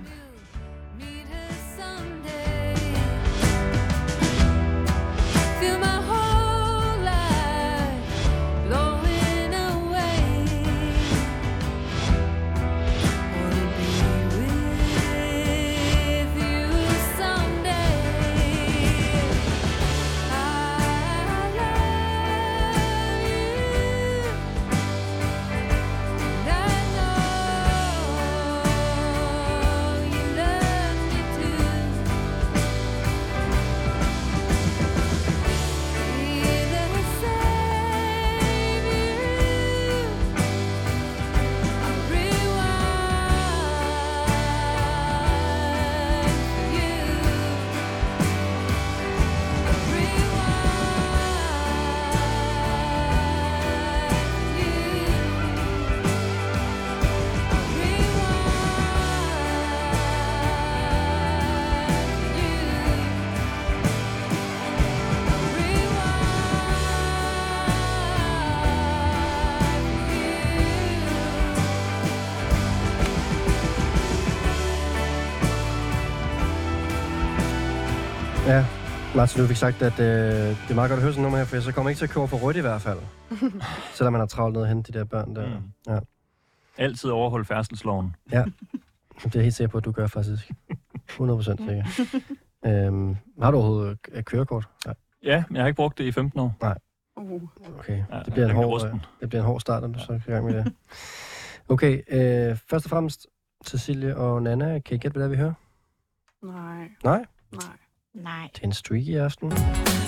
Ja, Martin, du fik sagt, at det er meget godt at høre sådan nummer her, for så kommer ikke til at køre for rødt i hvert fald. Selvom man har travlt ned og hente de der børn der. Ja. Altid overholde færdselsloven. Ja, det er helt sikker på, at du gør faktisk. 100% sikker. Har du overhovedet kørekort? Ja, men jeg har ikke brugt det i 15 år. Nej. Okay, det bliver en hård start, når du så er i gang med det. Okay, først og fremmest, Cecilie og Nana, kan I gætte, hvad vi hører? Nej. Nej? Nej. Det er en streaky aften. 3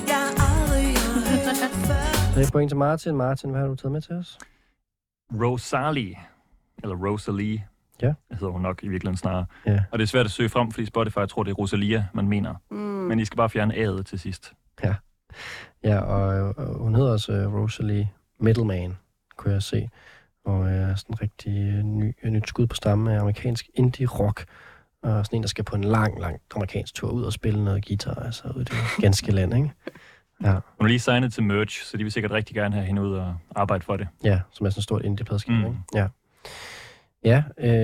point til Martin. Martin, hvad har du taget med til os? Rosalie. Eller Rosalie. Ja. Det hedder hun nok i virkeligheden snarere. Ja. Og det er svært at søge frem, fordi Spotify tror, det er Rosalia, man mener. Men I skal bare fjerne A'et til sidst. Ja. Ja, og hun hedder også Rosalie Middleman, kunne jeg se. Og sådan en rigtig nyt skud på stammen af amerikansk indie-rock. Og sådan en, der skal på en lang amerikansk tur ud og spille noget guitar, altså ud i det ganske land, ikke? Ja. Hun er lige signet til Merge, så de vil sikkert rigtig gerne have hende ud og arbejde for det. Ja, som er sådan et stort indie-pladskab, ikke? Ja. Ja,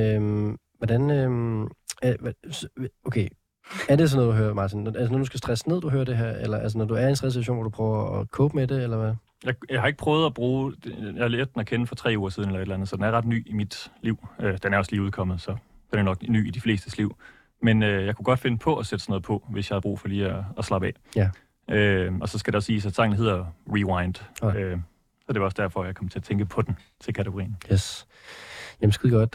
hvordan... okay, er det sådan noget, du hører, Martin? Altså, når du skal stresse ned, du hører det her? Eller altså, når du er i en stresssituation, hvor du prøver at cope med det, eller hvad? Jeg har ikke prøvet at bruge... Jeg lærte den at kende for 3 uger siden, eller et eller andet, så den er ret ny i mit liv. Den er også lige udkommet, så den er nok ny i de flestes liv. Men jeg kunne godt finde på at sætte sådan noget på, hvis jeg havde brug for lige at slappe af. Ja. Og så skal der også siges, at sangen hedder Rewind. Okay. Så det var også derfor, jeg kom til at tænke på den til kategorien. Yes. Jamen, skide godt.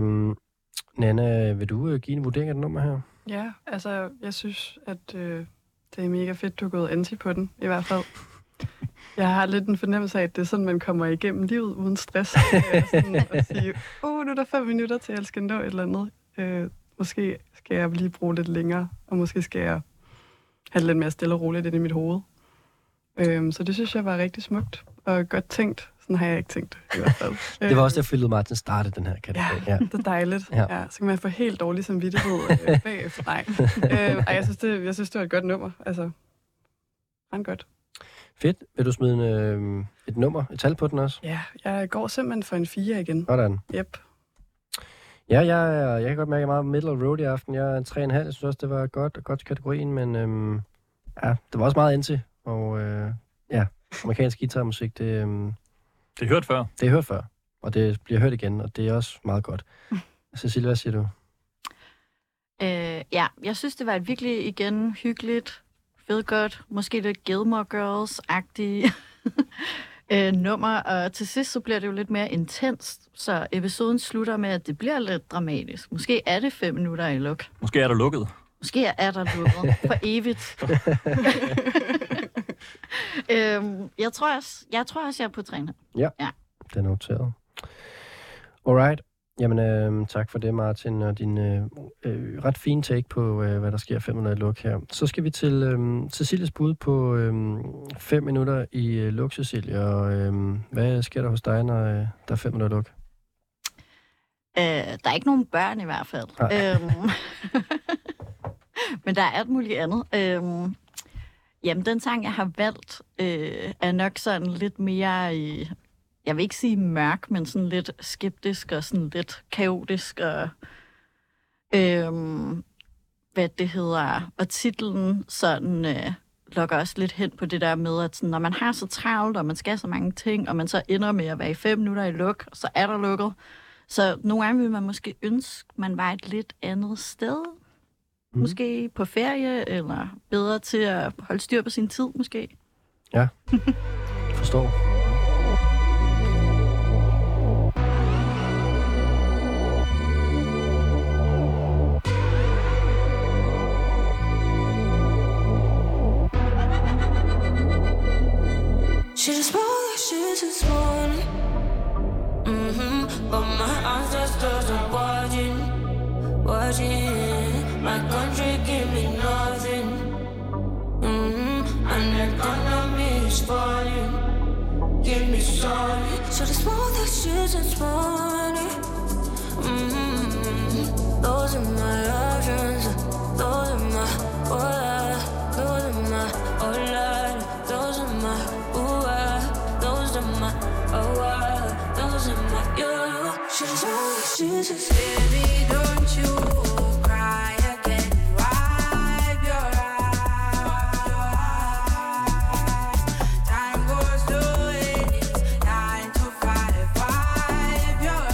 Nana, vil du give en vurdering af det nummer her? Ja, altså, jeg synes, at det er mega fedt, du er gået anti på den, i hvert fald. Jeg har lidt en fornemmelse af, at det er sådan, man kommer igennem livet uden stress. Sådan at sige, nu er der 5 minutter til, at jeg skal nå et eller andet. Måske skal jeg lige bruge lidt længere, og måske skal jeg have lidt mere stille og roligt ind i mit hoved. Så det synes jeg var rigtig smukt, og godt tænkt. Sådan har jeg ikke tænkt, i hvert fald. Det var også derfor, Martin startede den her kategori. Ja, det er dejligt. Ja, så kan man få helt dårlig samvittighed bagefter. Nej. Jeg synes, det var et godt nummer. Altså, godt. Fedt. Vil du smide et nummer, et tal på den også? Ja, jeg går simpelthen for en 4 igen. Hvordan? Yep. Ja, jeg kan godt mærke, at jeg er meget middle of road i aften. Jeg er en 3,5. Jeg synes også, det var godt til kategorien, men ja, det var også meget indtil. Og ja, amerikansk guitarmusik, det er hørt før. Det er hørt før, og det bliver hørt igen, og det er også meget godt. Cecilie, hvad siger du? Ja, jeg synes, det var et virkelig igen hyggeligt, fedt godt, måske lidt Gilmore Girls-agtigt nummer, og til sidst så bliver det jo lidt mere intenst, så episoden slutter med, at det bliver lidt dramatisk. Måske er det 5 minutter i luk. Måske er der lukket. Måske er der lukket for evigt. Jeg tror også, jeg er på træner. Ja, det er noteret. Alright. Jamen, tak for det, Martin, og din ret fine take på, hvad der sker 5 minutter i luk her. Så skal vi til Cecilies bud på 5 minutter i luk, Cecilie. Og hvad sker der hos dig, når der er 5 minutter i luk? Der er ikke nogen børn i hvert fald. Men der er alt muligt andet. Jamen, den sang, jeg har valgt, er nok sådan lidt mere, jeg vil ikke sige mørk, men sådan lidt skeptisk og sådan lidt kaotisk. Og, hvad det hedder. Og titlen sådan lokker også lidt hen på det der med, at sådan, når man har så travlt, og man skal så mange ting, og man så ender med at være i 5 minutter i luk, og så er der lukket. Så nogle gange vil man måske ønske, man var et lidt andet sted. Måske på ferie, eller bedre til at holde styr på sin tid, måske. Ja, forstår. Should've spoken shit this morning. But my ancestors are watching. My country give me nothing. And the economy is falling. Give me solid. Should've spoken that shit this morning. Those are my options. Those are my those are my Lord. Those are my those are my those are my should've spoken shit this baby, don't you cry again. Wipe your eyes. Time goes slow and it's 9 to 5. Wipe your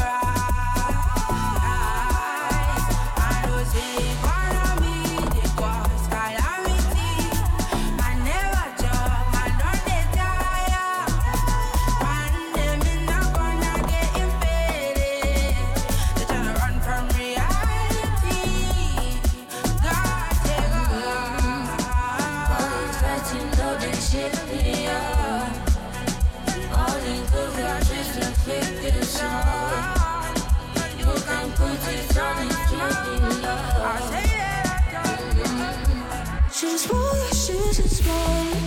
eyes. I was big on me, it was calamity. I never jump, I don't tire. And them not gonna get infected. They're trying to run from reality. God take over. Always fighting, though they shit me up. All these good guys just to flip this up. You can put this on and keep it love. I say that. Should've spoken shit this morning.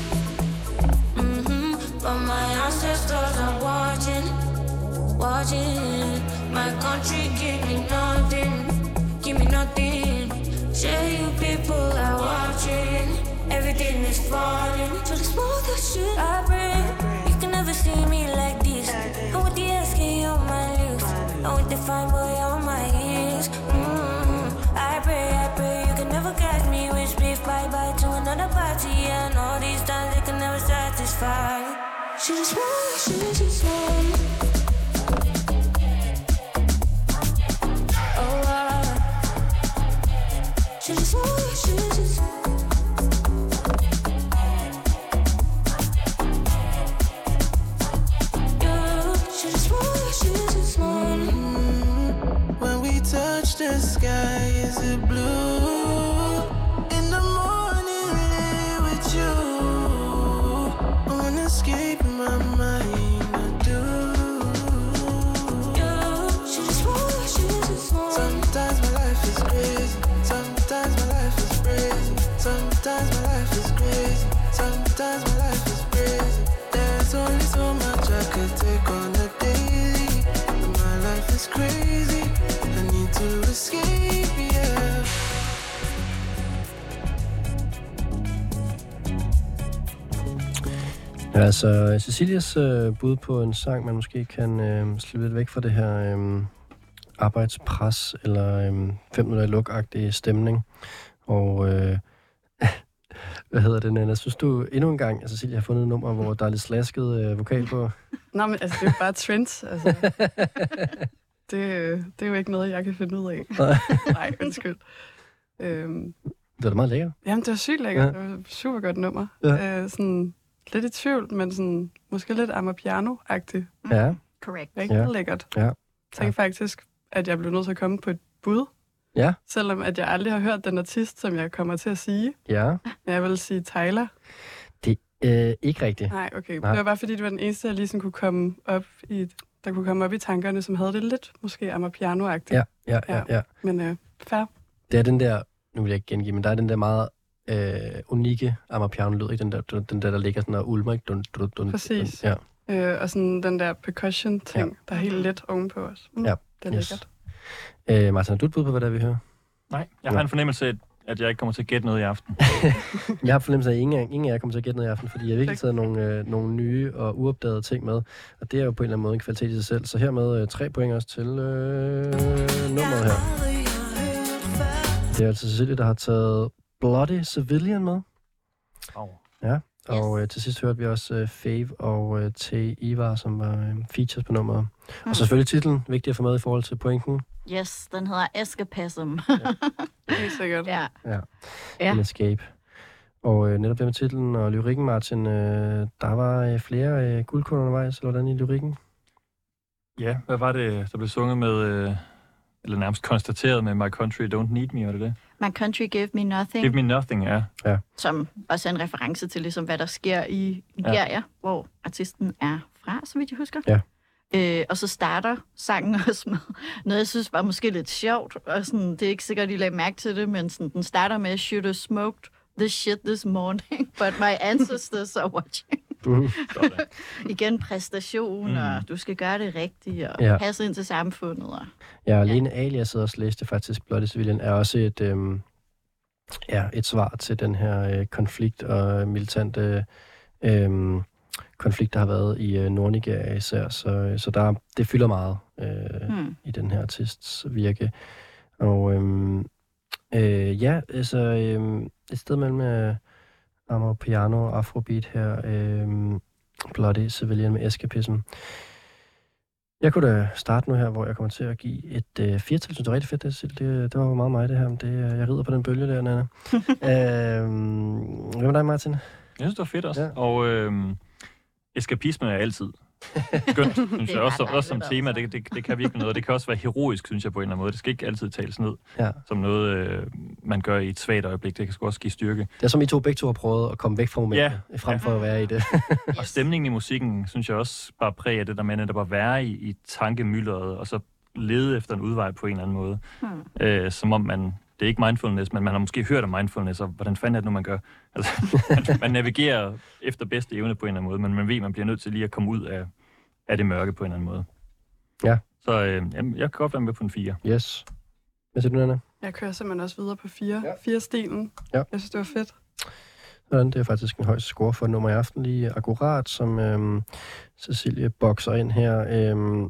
But my ancestors are watching. My country give me nothing. Say you people are watching. Everything is falling. Should've spoken that shit I bring. You can never see me like this. I want the SK on my lips. I want the fine boy on my ears. I pray you can never catch me with beef. Bye to another party. And all these times they can never satisfy. Should've spoken shit this morning. Should've spoken shit this morning. When we touch the sky, is it blue? In the morning, lay with you. I wanna escape my mind, I do. Sometimes my life is crazy. Sometimes my life is crazy. Sometimes my life is crazy. Sometimes my life is crazy. There's only so much I could take on a daily. My life is crazy. I need to escape, yeah. Altså, Cecilias bud på en sang, man måske kan slippe lidt væk fra det her arbejdspres, eller 5 minutter i luk-agtig stemning. Og hvad hedder det, Nana? Synes du endnu en gang, at Cecilia har fundet et nummer, hvor der er lidt slasket vokal på? Nå, men altså, det er jo bare trends, altså. Det er jo ikke noget, jeg kan finde ud af. Nej, undskyld. Det var da meget lækkert. Jamen, det var sygt lækkert. Ja. Det var et super godt nummer. Ja. Sådan lidt i tvivl, men sådan, måske lidt Amapiano-agtigt. Ja. Correct. Rigtig lækkert. Ja. Tænkte faktisk, at jeg blev nødt til at komme på et bud. Ja. Selvom at jeg aldrig har hørt den artist, som jeg kommer til at sige. Ja. Men jeg vil sige Tyler. Det er ikke rigtigt. Nej, okay. Nej. Det var bare fordi, det var den eneste, jeg lige sådan kunne komme op i et der kunne komme op i tankerne, som havde det lidt måske Amapiano-agtigt. Ja. Men fair. Det er den der, nu vil jeg ikke gengive, men der er den der meget unikke Amapiano-lyd, ikke? Den der ligger sådan og ulmer, ikke? Dun. Præcis. Ja. Og sådan den der percussion-ting, der er helt let ovenpå os. Ja. Det er lækkert. Martin, har du et bud på, hvad der vi hører? Nej, jeg har en fornemmelse af, at jeg ikke kommer til at gætte noget i aften. Jeg har fornemmelse af, at ingen af jer kommer til at gætte noget i aften, fordi jeg har virkelig taget nogle nye og uopdagede ting med, og det er jo på en eller anden måde en kvalitet i sig selv. Så hermed 3 point også til nummeret her. Det er altså Cecilie, der har taget Bloody Civilian med. Ja, og til sidst hørte vi også Fave og T. Ivar, som var features på nummeret. Og selvfølgelig titlen, vigtig at få med i forhold til pointen. Yes, den hedder Escapism. Helt sikkert. Ja. En escape. Og netop det med titlen og lyrikken, Martin, der var flere guldkorn undervejs, eller hvordan i lyrikken? Ja, hvad var det, der blev sunget med, eller nærmest konstateret med My Country Don't Need Me, var det det? My Country Give Me Nothing. Give Me Nothing, ja. Som også er en reference til, ligesom, hvad der sker i Nigeria, hvor artisten er fra, så vidt jeg husker. Ja. Og så starter sangen også med noget, jeg synes var måske lidt sjovt, og sådan, det er ikke sikkert, I lagde mærke til det, men sådan, den starter med, should have smoked this shit this morning, but my ancestors are watching. Igen præstation, og du skal gøre det rigtigt, og passe ind til samfundet. Og, ja, og Lene Alias også læste faktisk Bloody Civilian, er også et svar til den her konflikt og militante konflikt, der har været i Nordnigeria især. Så det fylder meget i den her artists virke. Og et sted mellem Amapiano og Afrobeat her, Bloody Civilian med Escapism. Jeg kunne da starte nu her, hvor jeg kommer til at give et 4 til. Det er rigtig fedt, det var meget mig det her. Jeg rider på den bølge der, Nana. Hvad med dig, Martin? Jeg synes, det var fedt også. Ja. Og eskapisme er altid skønt, synes jeg. Også som tema, det kan virkelig noget. Det kan også være heroisk, synes jeg, på en eller anden måde. Det skal ikke altid tales ned som noget, man gør i et svagt øjeblik. Det kan sgu også give styrke. Det er som I begge to har prøvet at komme væk fra momentet, frem for at være i det. Og stemningen i musikken, synes jeg også bare præger det der med, at der bare være i tankemyldret, og så lede efter en udvej på en eller anden måde. Som om det er ikke mindfulness, men man har måske hørt om mindfulness, og hvordan fanden er det nu, man gør? Altså, man navigerer efter bedste evne på en eller anden måde, men man ved, man bliver nødt til lige at komme ud af det mørke på en eller anden måde. Ja. Så jeg kan godt være med på en 4. Yes. Hvad siger du, Nana? Jeg kører simpelthen også videre på 4. 4-stilen. Ja. Jeg synes, det var fedt. Sådan, det er faktisk en højeste score for nummer i aften, lige akkurat, som Cecilie bokser ind her.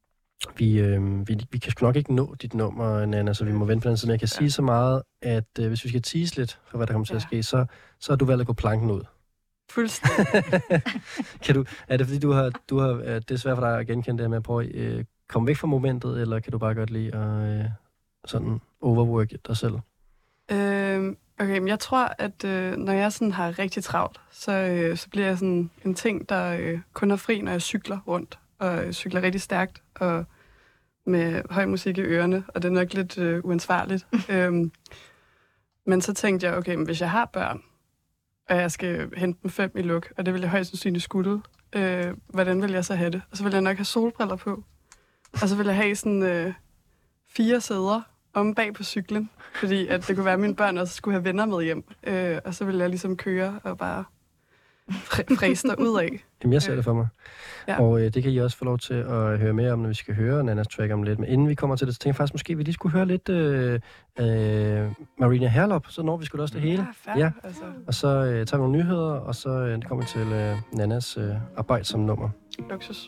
Vi kan sgu nok ikke nå dit nummer, Nana, så vi må vente på den, så jeg kan sige så meget, at hvis vi skal tease lidt for, hvad der kommer til at ske, så har du valgt at gå planken ud. Fuldstændig. Er det fordi, du har det er svært for dig at genkende det her med at prøve at komme væk fra momentet, eller kan du bare godt lide at sådan overwork dig selv? Okay, men jeg tror, at når jeg sådan har rigtig travlt, så bliver jeg sådan en ting, der kun er fri, når jeg cykler rundt, og cykler rigtig stærkt, og med høj musik i ørerne, og det er nok lidt uansvarligt. Men så tænkte jeg, okay, men hvis jeg har børn, og jeg skal hente dem 5 i luk, og det vil jeg højst sandsynligt skulle, hvordan vil jeg så have det? Og så vil jeg nok have solbriller på, og så vil jeg have sådan 4 sæder om bag på cyklen, fordi at det kunne være, at mine børn også skulle have venner med hjem, og så vil jeg ligesom køre og bare fræse ud af. Jamen, jeg ser det for mig. Ja. Og det kan I også få lov til at høre mere om, når vi skal høre Nanas track om lidt. Men inden vi kommer til det, så tænker jeg faktisk, måske vi lige skulle høre lidt Marina Herlop, så når vi skulle også det hele. Ja. Altså. Og så tager vi nogle nyheder, og så kommer vi til Nanas arbejde som nummer. Luksus.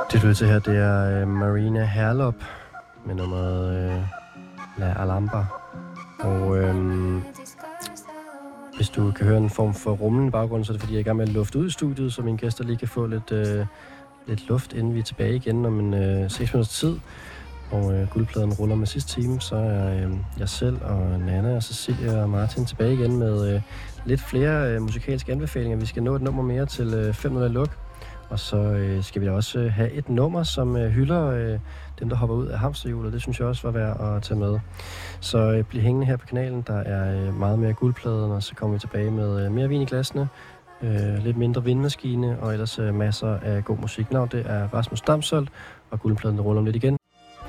Det lyder til her, det er Marina Herlop med nummeret La Alhambra. Og hvis du kan høre en form for rumlen i baggrunden, så er det fordi, jeg er i gang med at lufte ud i studiet, så mine gæster lige kan få lidt luft, inden vi er tilbage igen om en 6 minutters tid. Og guldpladen ruller med sidste time, så er jeg selv og Nana og Cecilia og Martin tilbage igen med lidt flere musikalske anbefalinger. Vi skal nå et nummer mere til 5 minutter luk. Og så skal vi da også have et nummer, som hylder dem, der hopper ud af hamsterhjulet. Det synes jeg også var værd at tage med. Så bliv hængende her på kanalen. Der er meget mere guldpladen, og så kommer vi tilbage med mere vin i glasene. Lidt mindre vindmaskine, og ellers masser af god musik. Navn, det er Rasmus Damsholdt, og guldpladen ruller om lidt igen.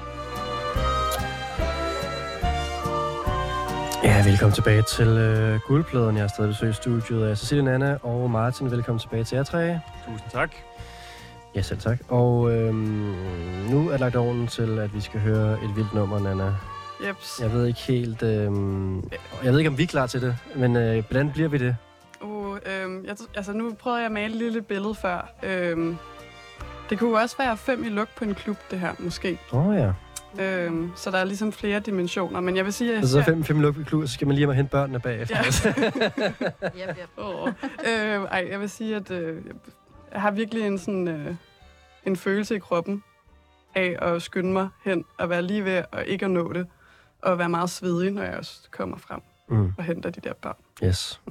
Ja, velkommen tilbage til guldpladen. Jeg har stadig besøgt studiet af Cecilia, Nana og Martin. Velkommen tilbage til jer tre. Tusind tak. Ja, selv tak. Og nu er lagt ovnen til, at vi skal høre et vildt nummer, Nana. Jeps. Jeg ved ikke helt... jeg ved ikke, om vi er klar til det, men hvordan bliver vi det? Nu prøvede jeg at male et lille billede før. Det kunne også være 5 i luk på en klub, det her, måske. Ja. Så der er ligesom flere dimensioner, men jeg vil sige, at så 5 i luk på klub, så skal man lige hjem og hente børnene bagefter. Ja. Jeg vil sige, at jeg har virkelig en følelse i kroppen af at skynde mig hen og være lige ved og ikke at nå det, og være meget svedig, når jeg også kommer frem og henter de der børn. Yes.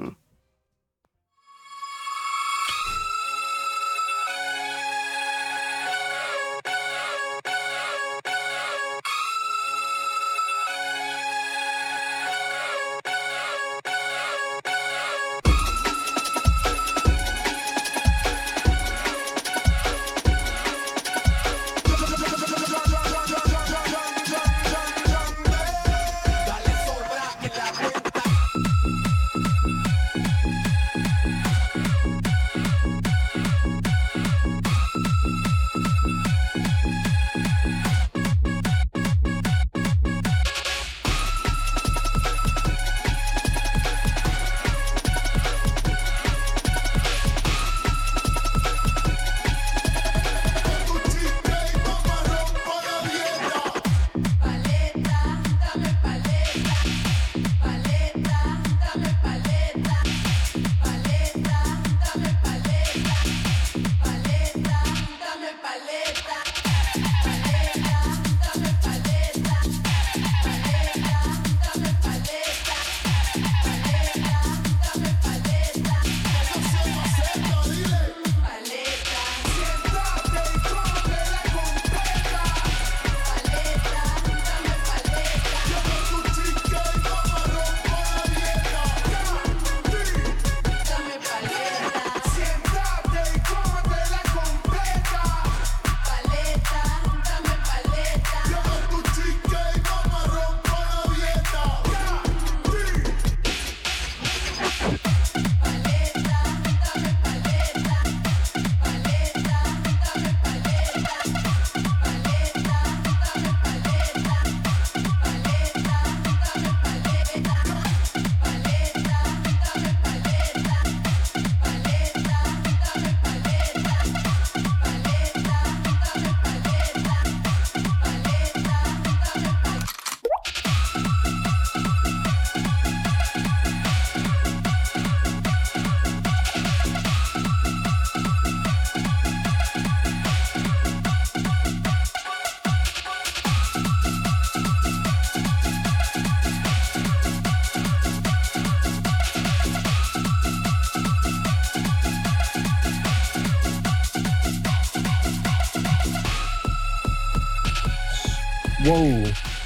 Wow.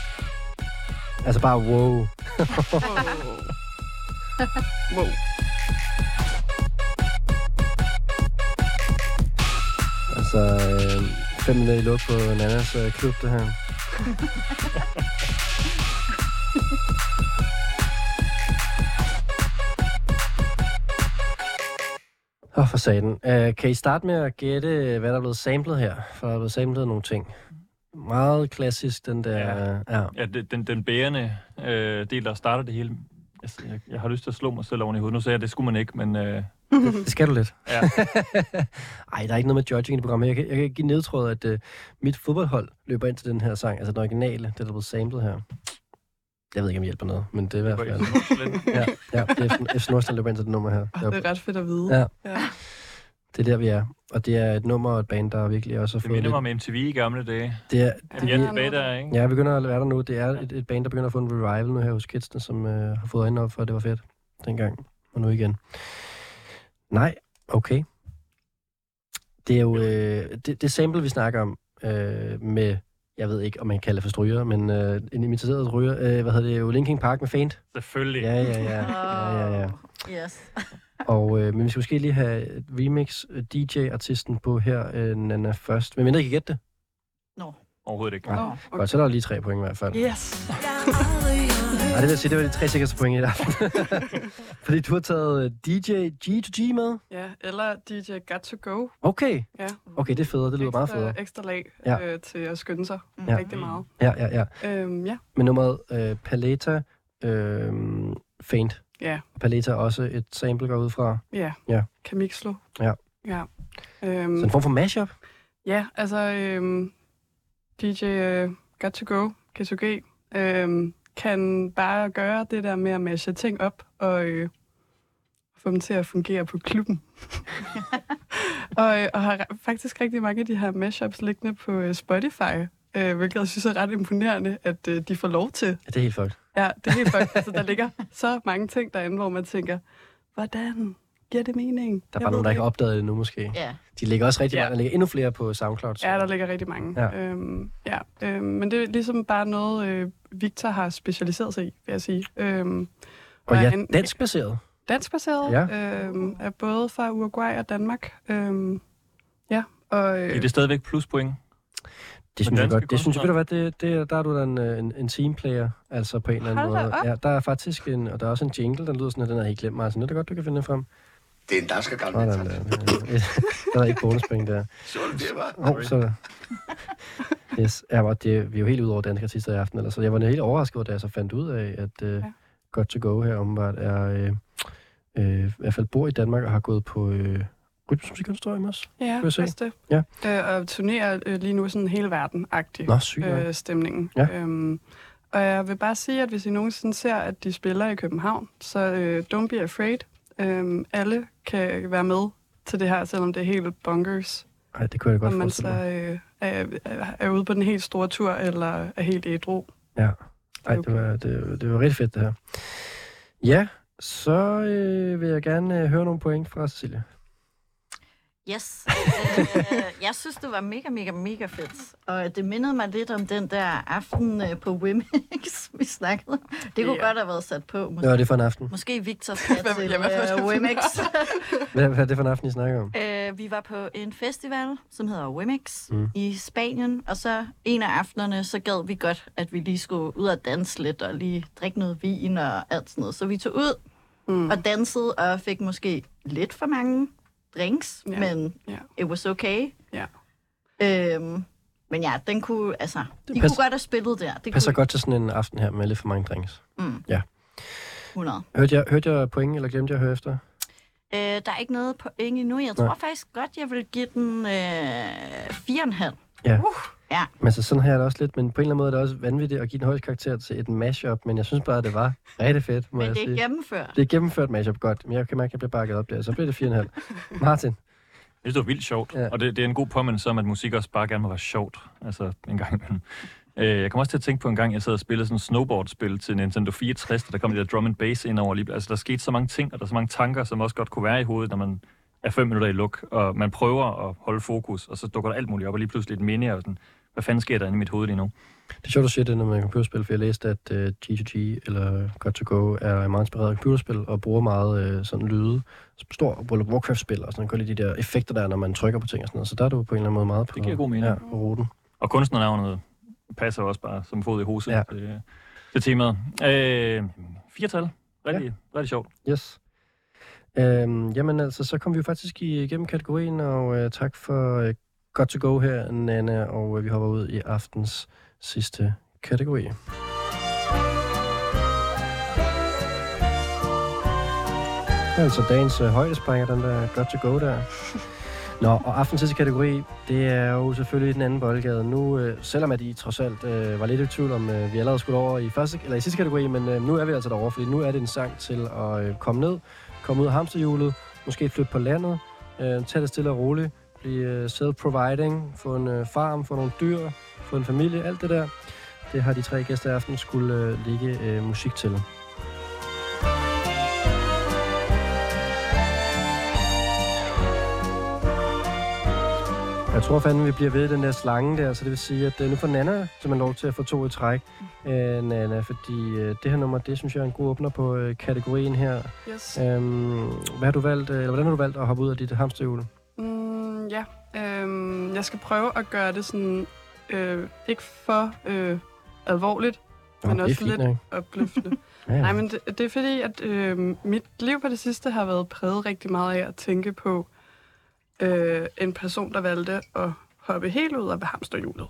Altså bare wow. Wow. Altså 5 minutter i luk på Nanas klub, det her. For satan. Kan I starte med at gætte, hvad der er blevet samlet her? For der er blevet samlet nogle ting. Meget klassisk, den der... Ja, den bærende del, der starter det hele. Jeg har lyst til at slå mig selv oven i hovedet. Nu sagde jeg, det skulle man ikke, men Det skal du lidt. Ja. Ej, der er ikke noget med judging i det program. Jeg kan give nedtråd, at mit fodboldhold løber ind til den her sang, altså den originale, det der er blevet samlet her. Jeg ved ikke, om det hjælper noget, men det er i hvert fald... ja, F. Nordsjælland løber ind til det nummer her. Det er ret fedt at vide. Ja. Det er der, vi er. Og det er et nummer og et band, der virkelig også har fået... Det minder mig om MTV i gamle dage. Det er tilbage der, ikke? Ja, jeg begynder at være der nu. Det er et band, der begynder at få en revival nu her hos Kidsene, som har fået øjnene op for, at det var fedt dengang. Og nu igen. Nej, okay. Det er jo det sample, vi snakker om med... Jeg ved ikke, om man kan kalde det for stryger, men en imiteret stryger. Hvad hedder det? Jo, Linkin Park med Faint. Selvfølgelig. Ja. Yes. Og men vi skal måske lige have et remix DJ-artisten på her, Nana, først. Men mindre I kan gætte det? Overhovedet ikke. Nej. Okay. Godt, så er der lige 3 point i hvert fald. Yes. Nej, det vil sige, det var de 3 sikreste point i aften. Fordi du har taget DJ G2G med? Ja, eller DJ Got To Go. Okay. Ja. Okay, det er federe. Det lyder meget federe. Ekstra lag til at skynde sig rigtig meget. Ja. Ja. Med nummeret Paleta Faint. Ja. Og Paleta også et sample går ud fra. Ja. Camixlo. Ja. Så en form for mashup? Ja, altså DJ Got To Go, K2G, kan bare gøre det der med at mashe ting op og få dem til at fungere på klubben. og har faktisk rigtig mange af de her mashups liggende på Spotify, hvilket jeg synes er ret imponerende, at de får lov til. Ja, det er helt fucked. Ja, det er helt fucked. Altså, der ligger så mange ting derinde, hvor man tænker, hvordan giver det mening? Der er bare nogen, der ikke har opdaget det nu måske. Ja. De ligger også rigtig mange. Der ligger endnu flere på SoundCloud. Så. Ja, der ligger rigtig mange. Ja. Men det er ligesom bare noget, Victor har specialiseret sig i, vil jeg sige. Og ja, danskbaseret. Danskbaseret. Ja. Er både fra Uruguay og Danmark. Er det stadigvæk pluspoint? Det synes jeg godt. Det synes jeg, ved du hvad, der er du da en teamplayer, altså på en eller anden måde. Ja, der er faktisk og der er også en jingle, der lyder sådan, at den er helt glemt, Martin. Det er godt, du kan finde det frem. Det er en dansk gammel. Der er ikke bonuspenge der. Så yes. Ja, vi er jo helt ude over danske artister i aften. Så jeg var helt overrasket over, da jeg så fandt ud af, at Got To Go her omvendt er i hvert fald bor i Danmark og har gået på rytmemusikkonservatorium også. Ja, også det. Ja. Og turnerer lige nu sådan hele verden-agtig stemningen. Ja. Og jeg vil bare sige, at hvis I nogensinde ser, at de spiller i København, så don't be afraid. Alle kan være med til det her, selvom det er helt bonkers. Ej, det kunne jeg godt forestille mig. Om man så er ude på den helt store tur, eller er helt ædru. Ja. Ej, det var rigtig fedt, det her. Ja, så vil jeg gerne høre nogle point fra Cecilie. Yes. Jeg synes, det var mega fedt. Og det mindede mig lidt om den der aften på Wimix, vi snakkede om. Det kunne godt have været sat på. Hvad var det for en aften? Måske Victor skal til Wimix. Hvad er det for en aften, I snakker om? Vi var på en festival, som hedder Wimix i Spanien. Og så en af aftenerne, så gad vi godt, at vi lige skulle ud og danse lidt og lige drikke noget vin og alt sådan noget. Så vi tog ud og dansede og fik måske lidt for mange drinks, men it was okay. Ja. Men ja, den kunne, altså, de kunne godt have spillet der. Det passer godt til sådan en aften her med lidt for mange drinks. Ja. 100. Hørte jeg point, eller glemte jeg at høre efter? Der er ikke noget point endnu. Jeg tror faktisk godt, jeg vil give den 4,5. Ja. Ja. Men så sådan har jeg det også lidt, men på en eller anden måde er det også vanvittigt at give den højeste karakter til et mashup, men jeg synes bare, at det var rigtig fedt, må jeg sige. Men det er gennemført. Det er gennemført mashup, godt, men jeg kan mærke, at jeg bliver bakket op der, så bliver det 4,5. Martin? Det var vildt sjovt, og det er en god påmindelse om, at musik også bare gerne må være sjovt, altså en gang imellem. Jeg kom også til at tænke på en gang, jeg sad og spillede sådan et snowboard-spil til Nintendo 64, og der kom det der drum and bass ind over lige. Altså der skete så mange ting, og der er så mange tanker, som også godt kunne være i hovedet, når man er 5 minutter i luk, og man prøver at holde fokus, og så dukker der alt muligt op, og lige pludselig et minde, og sådan, hvad fanden sker der inde i mit hoved lige nu? Det er sjovt, du siger det, når man er computerspil, for jeg læste, at G2G eller Got To Go er meget inspireret af computerspil, og bruger meget sådan lyde, stor World of Warcraft-spil, og sådan går lige de der effekter der, når man trykker på ting og sådan noget, så der er du på en eller anden måde meget på, det giver god mening. På ruten. Og kunstnernavnet passer også bare som fod i hoset til temaet. 4-tal. Rigtig sjovt. Yes. Jamen altså, så kom vi jo faktisk igennem kategorien, og tak for Got To Go her, Nana, og vi hopper ud i aftens sidste kategori. Det er altså dagens højdespringer, den der godt to go der. Nå, og aftens sidste kategori, det er jo selvfølgelig den anden boldgade. Nu, selvom at I trods alt var lidt i tvivl om, vi allerede skulle over i sidste kategori, men nu er vi altså derovre, fordi nu er det en sang til at komme ned, komme ud af hamsterhjulet, måske flytte på landet, tage det stille og roligt, blive self-providing, få en farm, få nogle dyr, få en familie, alt det der. Det har de 3 gæster i aften skulle ligge musik til. Jeg tror fandme, vi bliver ved den der slange der, så det vil sige, at nu får Nana simpelthen lov til at få 2 i træk, Nana, fordi det her nummer, det synes jeg er en god åbner på kategorien her. Yes. Hvad har du valgt, eller hvordan har du valgt at hoppe ud af dit hamsterhjul? Jeg skal prøve at gøre det sådan, ikke for alvorligt, men også lidt opløftende. Ja. Nej, men det er fordi, at mit liv på det sidste har været præget rigtig meget af at tænke på en person, der valgte at hoppe helt ud af hamsterhjulet.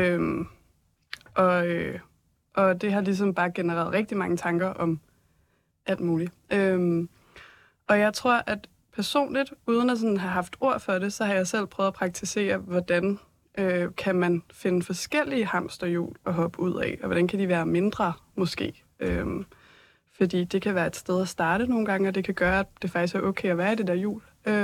Og det har ligesom bare genereret rigtig mange tanker om alt muligt. Og jeg tror, at personligt, uden at sådan have haft ord for det, så har jeg selv prøvet at praktisere, hvordan kan man finde forskellige hamsterhjul at hoppe ud af, og hvordan kan de være mindre, måske. Fordi det kan være et sted at starte nogle gange, og det kan gøre, at det faktisk er okay at være i det der hjul.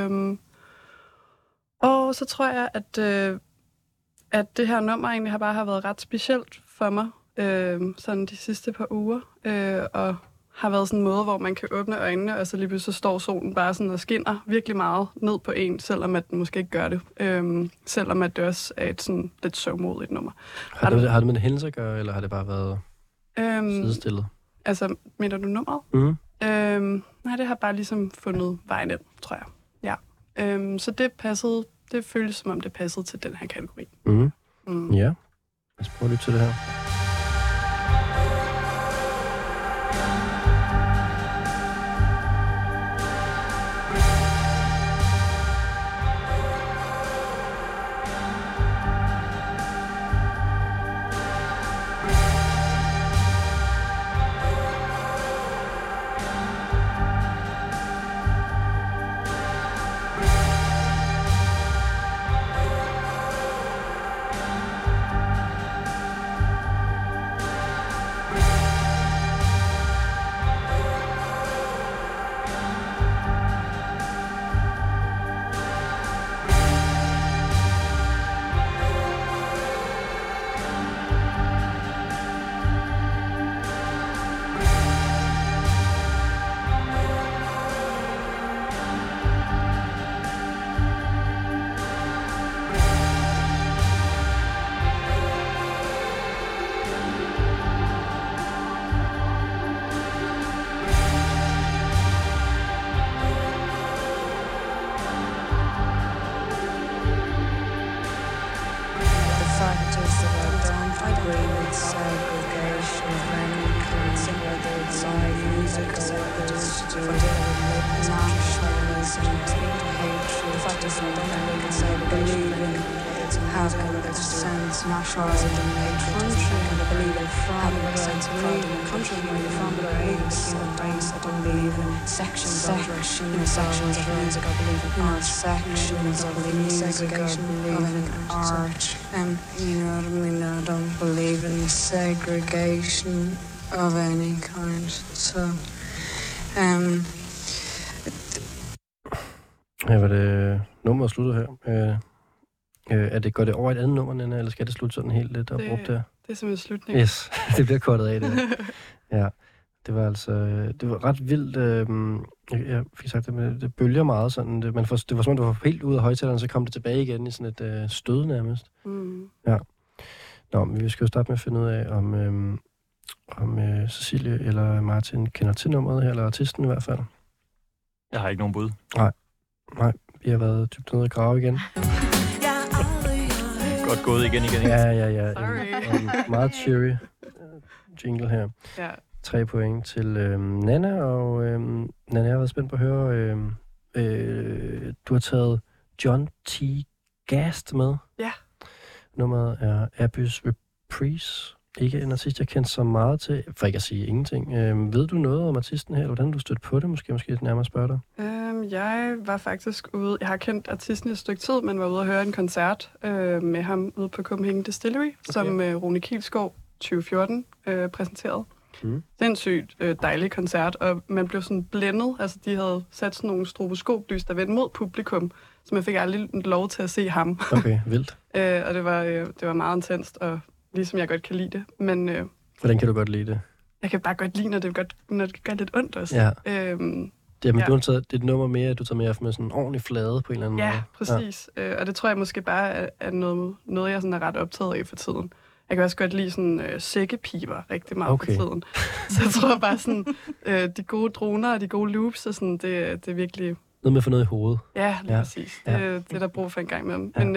Og så tror jeg, at det her nummer egentlig har været ret specielt for mig, sådan de sidste par uger, og har været sådan en måde, hvor man kan åbne øjnene, og så lige pludselig står solen bare sådan og skinner virkelig meget ned på en, selvom at den måske ikke gør det. Selvom at det også er et sådan lidt sørgmodigt nummer. Har det med en hændelse at gøre, eller har det bare været sidestillet? Altså, mener du nummeret? Mm. Nej, det har bare ligesom fundet vejen ind, tror jeg. Ja. Så det føles som om det passede til den her kategori. Ja, lad os prøve at lytte til det her. Segregation of any kind. So, Ja, var det nummeret sluttet her? Går det over et andet nummer, Nana, eller skal det slutte sådan helt lidt abrupt der? Det er simpelthen slutningen. Yes, det bliver kortet af det. Ja, det var altså det var ret vildt. Jeg fik sagt det, men det bølger meget sådan. Det var som om, det var helt ud af højtaleren, så kom det tilbage igen i sådan et stød nærmest. Ja. Nå, men vi skal jo starte med at finde ud af, om Cecilie eller Martin kender til nummeret her, eller artisten i hvert fald. Jeg har ikke nogen bud. Nej, vi har været dybt nede og grave igen. Godt gået igen. Ja. En meget cheery jingle her. Ja. 3 point til Nana, og Nana, jeg har været spændt på at høre, du har taget John T. Gast med. Ja. Nummeret er Abyss Reprise. ikke en artist, jeg kender så meget til, for ikke at sige ingenting. Ved du noget om artisten her? Hvordan du stødte på det? Måske nærmere spørge dig. Jeg var faktisk ude... Jeg har kendt artisten et stykke tid, men var ude at høre en koncert med ham ude på Copenhagen Distillery, som Rune Kielskov 2014 præsenterede. Sindssygt dejlig koncert, og man blev sådan blændet. Altså, de havde sat sådan nogle stroboskoplys, der vendte mod publikum, så man fik aldrig lov til at se ham. Okay, vildt. Og det var meget intenst, og ligesom jeg godt kan lide det. Men, hvordan kan du godt lide det? Jeg kan bare godt lide, når det gør lidt ondt også. Ja. Du har taget, det er et nummer mere, du tager med sådan en ordentlig flade på en eller anden måde. Ja, præcis. Og det tror jeg måske bare er noget jeg sådan er ret optaget af for tiden. Jeg kan også godt lide sådan sækkepiber rigtig meget for tiden. Så jeg tror bare sådan, de gode droner og de gode loops, og sådan, det er virkelig... Noget med at få noget i hovedet. Ja, lige præcis. Det er der brug for en gang med dem. Ja.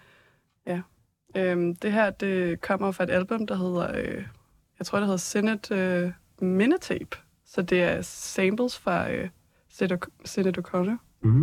Men det her, det kommer fra et album, der hedder, jeg tror det hedder Synod Minitape. Så det er samples fra Sinead O'Connor.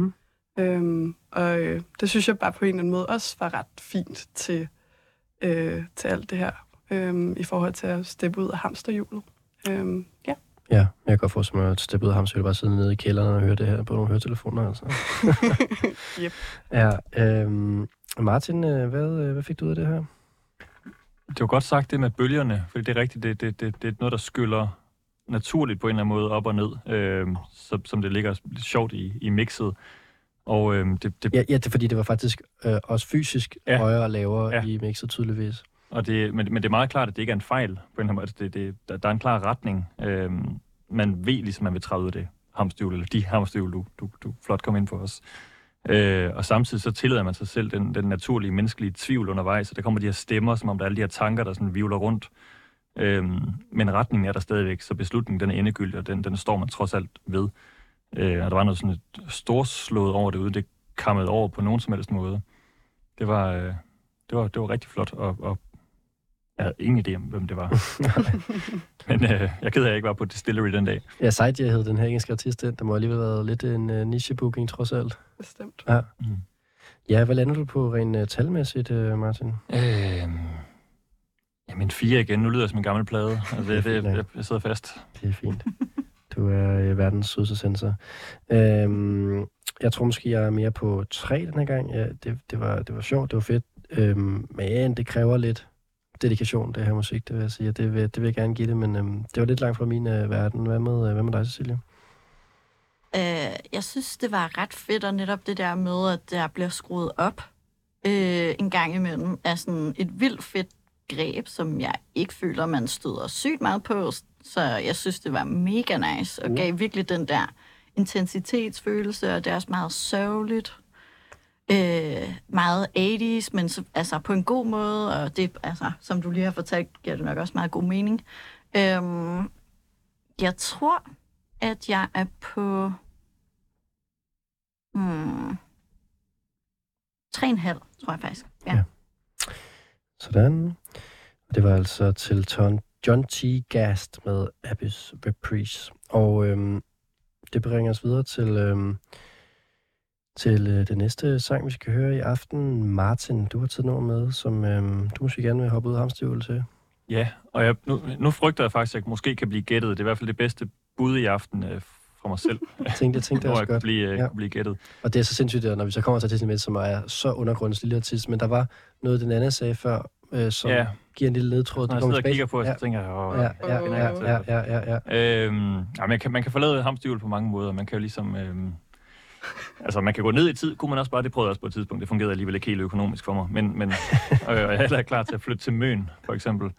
Og det synes jeg bare på en eller anden måde også var ret fint til alt det her, i forhold til at steppe ud af hamsterhjulet. Ja. Ja, jeg kan godt forestille mig at steppe ud af hamsterhjulet, bare sidde nede i kælderen og høre det her på nogle høretelefoner. Altså. Yep. Ja, Martin, hvad fik du ud af det her? Det var godt sagt det med bølgerne, fordi det er rigtigt, det er noget, der skyller naturligt på en eller anden måde op og ned, som det ligger lidt sjovt i mixet. Og, det er fordi, det var faktisk også fysisk højere og lavere i mixet tydeligvis. Og men det er meget klart, at det ikke er en fejl på en eller anden måde. Der er en klar retning. Man ved ligesom, man vil træde ud af det hamsterhjul, eller de hamsterhjul, du flot kom ind på os. Og samtidig så tillader man sig selv den naturlige menneskelige tvivl undervejs, og der kommer de her stemmer, som om der er alle de her tanker, der sådan vivler rundt. Men retningen er der stadigvæk, så beslutningen den er endegyldig, og den står man trods alt ved. Og der var noget sådan et storslået over det ude, det kammede over på nogen som helst måde. Det var rigtig flot, og jeg havde ingen idé om, hvem det var. Men jeg er ked af, at jeg ikke var på Distillery den dag. Ja, Saidje hed den her engelske artist. Der må alligevel have været lidt en niche-booking, trods alt. Bestemt. Ja. Ja, hvad lander du på rent talmæssigt, Martin? Jamen 4 igen. Nu lyder jeg som en gammel plade. Altså, jeg sidder fast. Det er fint. Du er verdens sødeste sensor. Jeg tror måske, jeg er mere på 3 den her gang. Ja, det var sjovt, det var fedt. Men det kræver lidt dedikation, det her musik, det vil jeg sige. Det vil jeg gerne give det, men det var lidt langt fra min verden. Hvad med dig, Cecilie? Jeg synes, det var ret fedt, og netop det der med, at der bliver skruet op en gang imellem, er sådan et vildt fedt greb, som jeg ikke føler, man støder sygt meget på. Så jeg synes, det var mega nice, og gav virkelig den der intensitetsfølelse, og det er også meget sørgeligt. Meget 80's, men altså på en god måde, og det, altså, som du lige har fortalt, giver det nok også meget god mening. Jeg tror, at jeg er på 3,5, tror jeg faktisk. Ja. Sådan. Det var altså til John T. Gast med Abyss Reprise. Og det bringer os videre til den næste sang, vi skal høre i aften. Martin, du har taget noget med, som du måske gerne vil hoppe ud af hamsterhjulet til. Ja, og nu frygter jeg faktisk, at jeg måske kan blive gættet. Det er i hvert fald det bedste bud i aften fra mig selv. Jeg tænkte også godt. Kunne blive gættet. Og det er så sindssygt, når vi så kommer til artisten med, som er så undergrundens lille artist, men der var noget, den anden sagde før, som giver en lille ledtråd. Når jeg sidder og kigger på, så tænker jeg, man kan forlade hamsterhjul på mange måder. Man kan jo ligesom... altså, man kan gå ned i tid, kunne man også bare. Det prøvede jeg også på et tidspunkt. Det fungerede alligevel ikke helt økonomisk for mig. Men jeg er heller ikke klar til at flytte til Møn, for eksempel.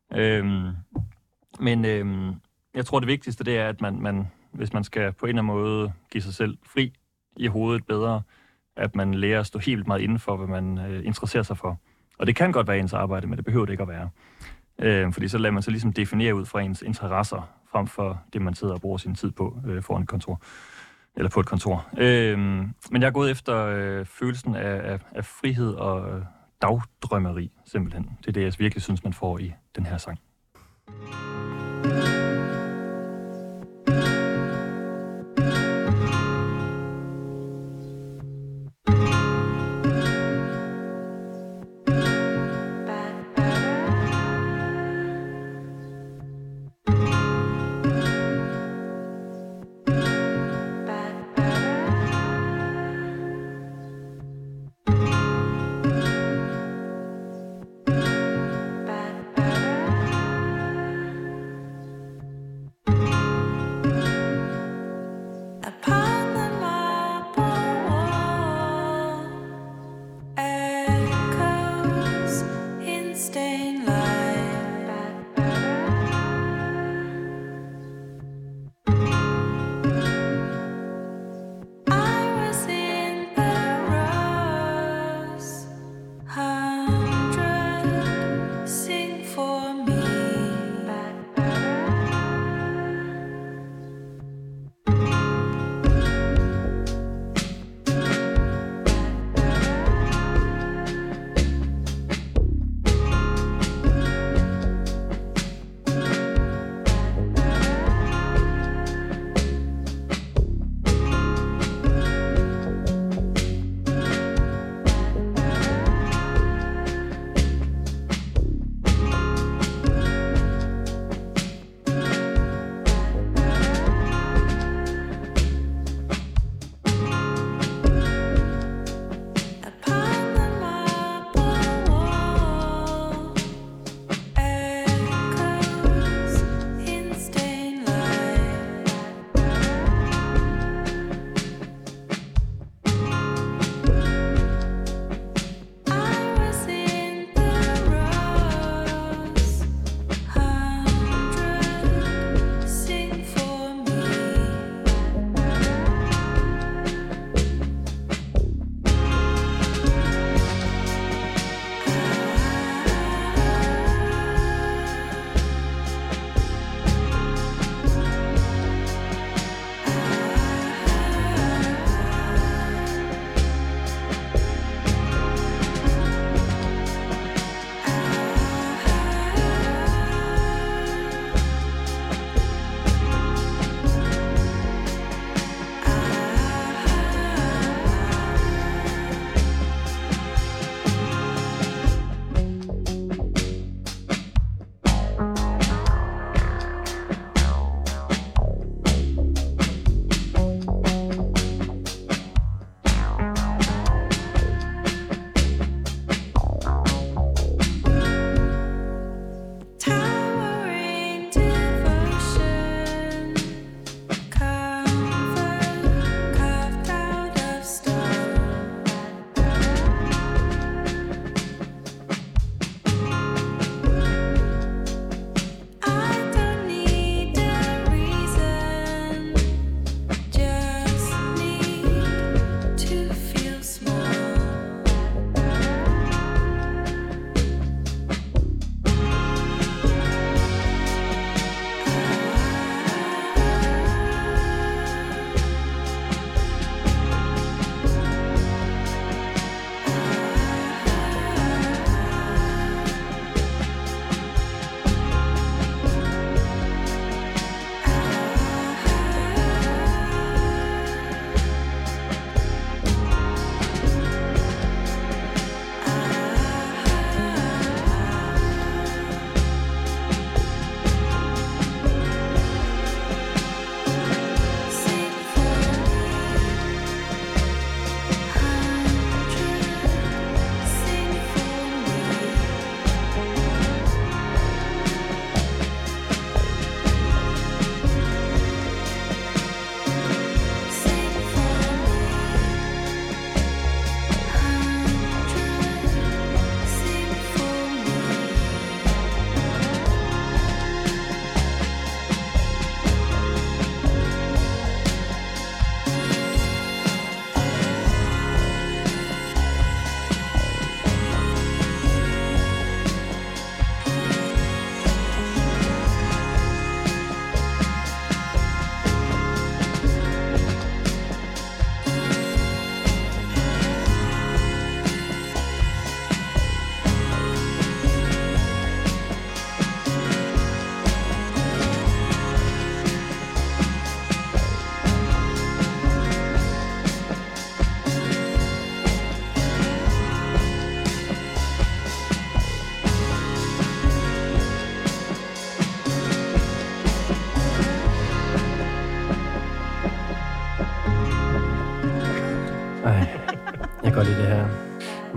Men jeg tror, det vigtigste, det er, at man, hvis man skal på en eller anden måde give sig selv fri i hovedet bedre, at man lærer at stå helt meget inden for, hvad man interesserer sig for. Og det kan godt være ens arbejde, men det behøver det ikke at være. Fordi så lader man sig ligesom definere ud fra ens interesser, frem for det, man sidder og bruger sin tid på foran et kontor. Eller på et kontor. Men jeg er gået efter følelsen af frihed og dagdrømmeri, simpelthen. Det er det, jeg virkelig synes, man får i den her sang.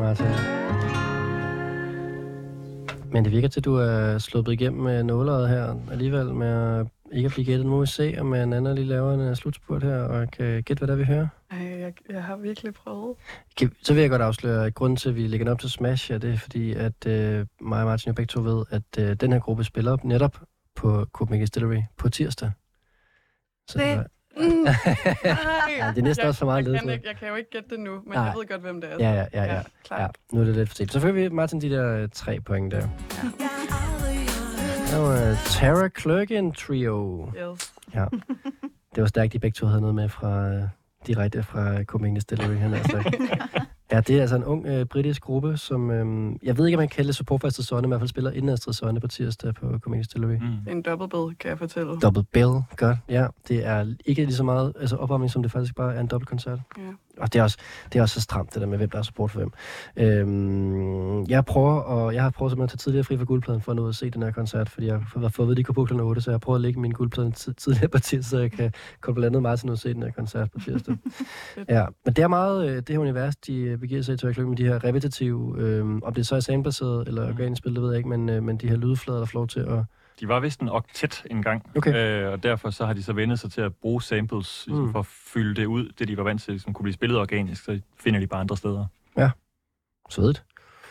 Martin. Men det virker til, at du er sluppet igennem nåleret her alligevel med at ikke at blive gættet. Nu må vi se, om Anna lige laver en slutspurt her, og kan gætte, hvad der vi hører. Jeg har virkelig prøvet. Så vil jeg godt afsløre, at grunden til, at vi lægger den op til Smash, det er fordi, at mig og Martin og begge to ved, at den her gruppe spiller op netop på Copenhagen Distillery på tirsdag. Så det ja, det er næsten også for meget ledelse. Jeg kan jo ikke gætte det nu, men jeg ved godt, hvem det er. Ja, nu er det lidt for sent. Så får vi, Martin, de der 3 point der. Der var Tara Clerkin Trio. Yes. Ja. Det var stærkt, de begge to havde noget med fra direkte fra Copenhagen Distillery. Ja, det er altså en ung britisk gruppe, som jeg ved ikke, om man kan kalde det support for Astrid Sonne, men i hvert fald spiller inden Astrid Sonne på tirsdag på Copenhagen Distillery. Det er en double bill, kan jeg fortælle. Double bill, godt. Ja, det er ikke lige så meget opvarmning, som det faktisk bare er en dobbeltkoncert. Ja. Og det er også så stramt, det der med, hvem der er support for hvem. Jeg har prøvet simpelthen at tage tidligere fri fra guldpladen for at nå ud at se den her koncert, fordi jeg har fået ved, de kunne på kl. 8, så jeg har prøvet at lægge min guldplade tidligere på tirsdag, så jeg kan komme blandt andet Martin ud og se den her koncert på tirsdag. Ja, men det er meget det her univers, de begiver sig til at kløkke med de her repetitive, om det så er samebaseret eller organisk spil, det ved jeg ikke, men de her lydflader, der får lov til at... De var vist en oktet engang, og derfor så har de så vendt sig til at bruge samples for at fylde det ud, det de var vant til, som kunne blive spillet organisk, så finder de bare andre steder. Ja, svedigt.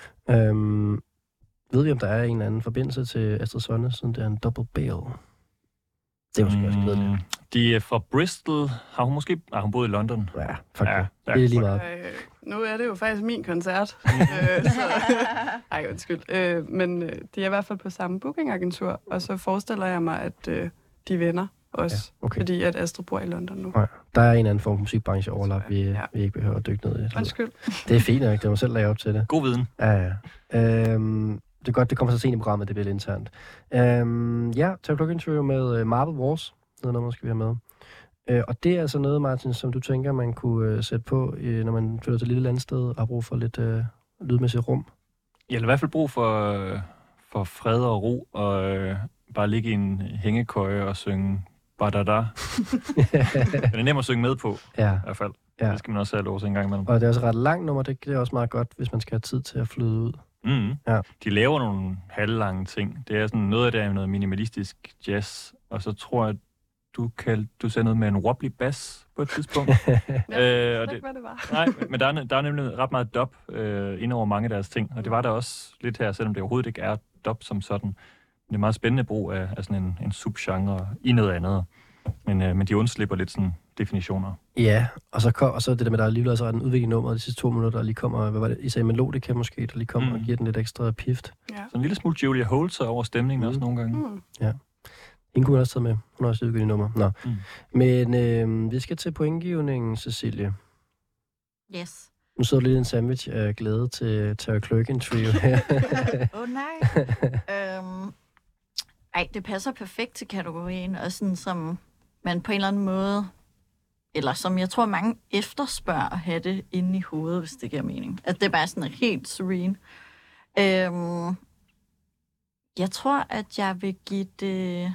Ved vi, om der er en eller anden forbindelse til Astrid Sonne, siden det er en double bill? Det er måske også glædeligt. De er fra Bristol. Har hun måske... hun boet i London. Ja, faktisk. Ja, det er lige meget. Nu er det jo faktisk min koncert. Ej, undskyld. Men de er i hvert fald på samme bookingagentur, og så forestiller jeg mig, at de venner også, fordi at Astrid bor i London nu. Ja, der er en anden form for musikbranche overlap, vi ikke behøver at dykke ned i. Undskyld. Det er fint, ikke? Det må selv lage op til det. God viden. Ja. Det er godt, det kommer så sent i programmet, det bliver lidt internt. Tara Clerkin Trio med Marble Wars. Det er noget, man skal have med. Og det er altså noget, Martin, som du tænker, man kunne sætte på, når man flytter til et lille landsted og har brug for lidt lydmæssigt rum? Jeg har i hvert fald brug for fred og ro, og bare ligge i en hængekøje og synge badada. Den er nem at synge med på, i hvert fald. Ja. Det skal man også have lov til en gang imellem. Og det er også ret langt nummer, det er også meget godt, hvis man skal have tid til at flyde ud. Ja. De laver nogle halvlange ting. Det er sådan noget af det er noget minimalistisk jazz, og så tror jeg, du sagde noget med en wobbly bass på et tidspunkt. Jeg ved ikke, hvad det var. Nej, men der er nemlig ret meget dub ind over mange af deres ting, og det var der også lidt her, selvom det overhovedet ikke er dub som sådan. Det er meget spændende brug af sådan en subgenre i noget andet. Men de undslipper lidt sådan definitioner. Ja, og så det der med, der er alligevel også en udvikling nummer de sidste 2 minutter, der lige kommer, hvad var det, I sagde melodika måske, der lige kommer og giver den lidt ekstra pift. Ja. Så en lille smule Julia Holter over stemningen også nogle gange. Ja. Hende kunne også tage med. Hun har også udgivet nummer. Nå. Men vi skal til pointgivningen, Cecilie. Yes. Nu sidder du lidt en sandwich af glæde til Tara Clerkin Trio her. Nej. Det passer perfekt til kategorien, og sådan som man på en eller anden måde, eller som jeg tror mange efterspørger at have det inde i hovedet, hvis det giver mening. At det er bare sådan helt serene. Jeg tror, at jeg vil give det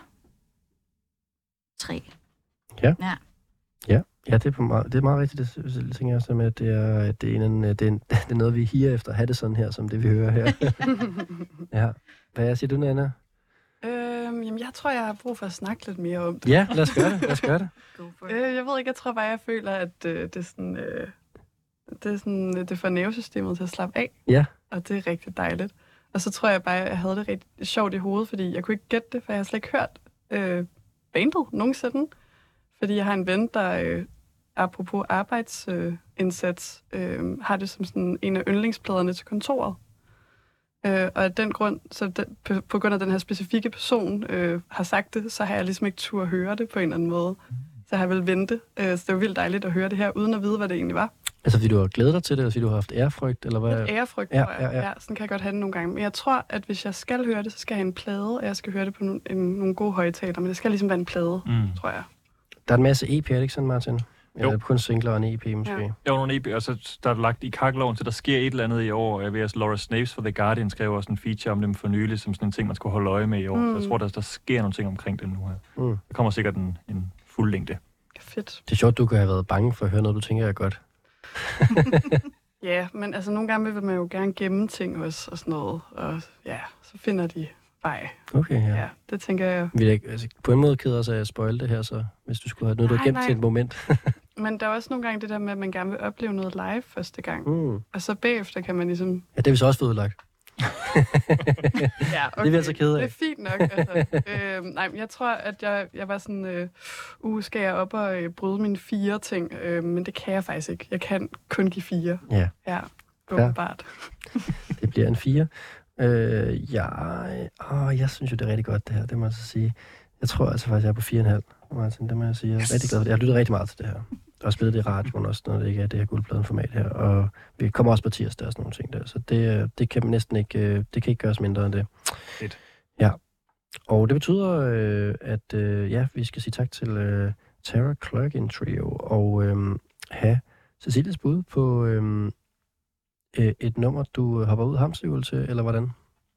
3. Ja, det er meget rigtigt, det tænker jeg også med, at det er noget, vi higer efter at have det sådan her, som det vi hører her. Ja. Hvad siger du, Anna? Jamen, jeg tror, jeg har brug for at snakke lidt mere om det. Ja, lad os gøre det. Jeg ved ikke, jeg tror bare, jeg føler, at det er sådan... det får nervesystemet til at slappe af. Ja. Og det er rigtig dejligt. Og så tror jeg bare, at jeg havde det rigtig sjovt i hovedet, fordi jeg kunne ikke gætte det, for jeg har slet ikke hørt bandet nogensinde. Fordi jeg har en ven, der apropos arbejdsindsats, har det som sådan en af yndlingspladerne til kontoret. Og af den grund, på grund af den her specifikke person har sagt det, så har jeg ligesom ikke tur at høre det på en eller anden måde. Så jeg har vel vente. Så det var vildt dejligt at høre det her, uden at vide, hvad det egentlig var. Altså, fordi du har glædet dig til det, eller fordi du har haft ærefrygt, eller hvad? Lidt ærefrygt, tror jeg. Ja, sådan kan jeg godt have det nogle gange. Men jeg tror, at hvis jeg skal høre det, så skal jeg have en plade, og jeg skal høre det på nogle gode højtaler. Men det skal ligesom være en plade, tror jeg. Der er en masse EP'er, ikke sådan, Martin? Eller kun singler og en EP, måske? Ja. Jo, nogle EP, og så der er lagt i kakkeloven, så der sker et eller andet i år. Jeg ved, at Laura Snapes fra The Guardian skrev også en feature om dem for nylig, som sådan en ting, man skulle holde øje med i år. Så jeg tror, der sker nogle ting omkring det nu her. Der kommer sikkert en fuld længde. Fedt. Det er sjovt, du kan have været bange for at høre noget, du tænker er godt. Ja, men altså nogle gange vil man jo gerne gemme ting også og sådan noget. Og ja, så finder de vej. Okay, ja. Ja, det tænker jeg. Vi er ikke, altså, på en måde keder sig at spoil det her, så hvis du skulle have noget, du har gemt til et moment. Men der er også nogle gange det der med, at man gerne vil opleve noget live første gang. Og så bagefter kan man ligesom... Ja, det har vi så også fået udlagt. Ja, okay. Det er vi altså kede af. Det er fint nok. Altså. Nej, men jeg tror, at jeg var sådan... skal jeg op og bryde mine 4 ting? Men det kan jeg faktisk ikke. Jeg kan kun give 4. Ja. Ja, åbenbart. Det bliver en 4. Jeg synes jo, det er rigtig godt, det her. Det må jeg så sige. Jeg tror altså faktisk, jeg er på 4,5. Martin, det må jeg sige. Jeg er rigtig glad for det. Jeg har lyttet rigtig meget til det her. Og spillet det i radioen også, når det ikke er det her guldpladen-format her. Og vi kommer også på tirsdag og sådan nogle ting der. Så det kan næsten ikke, det kan ikke gøres mindre end det. Fedt. Ja. Og det betyder, at vi skal sige tak til Tara Clerkin Trio og have Cecilies bud på et nummer, du hopper ud hamsterhjul til, eller hvordan?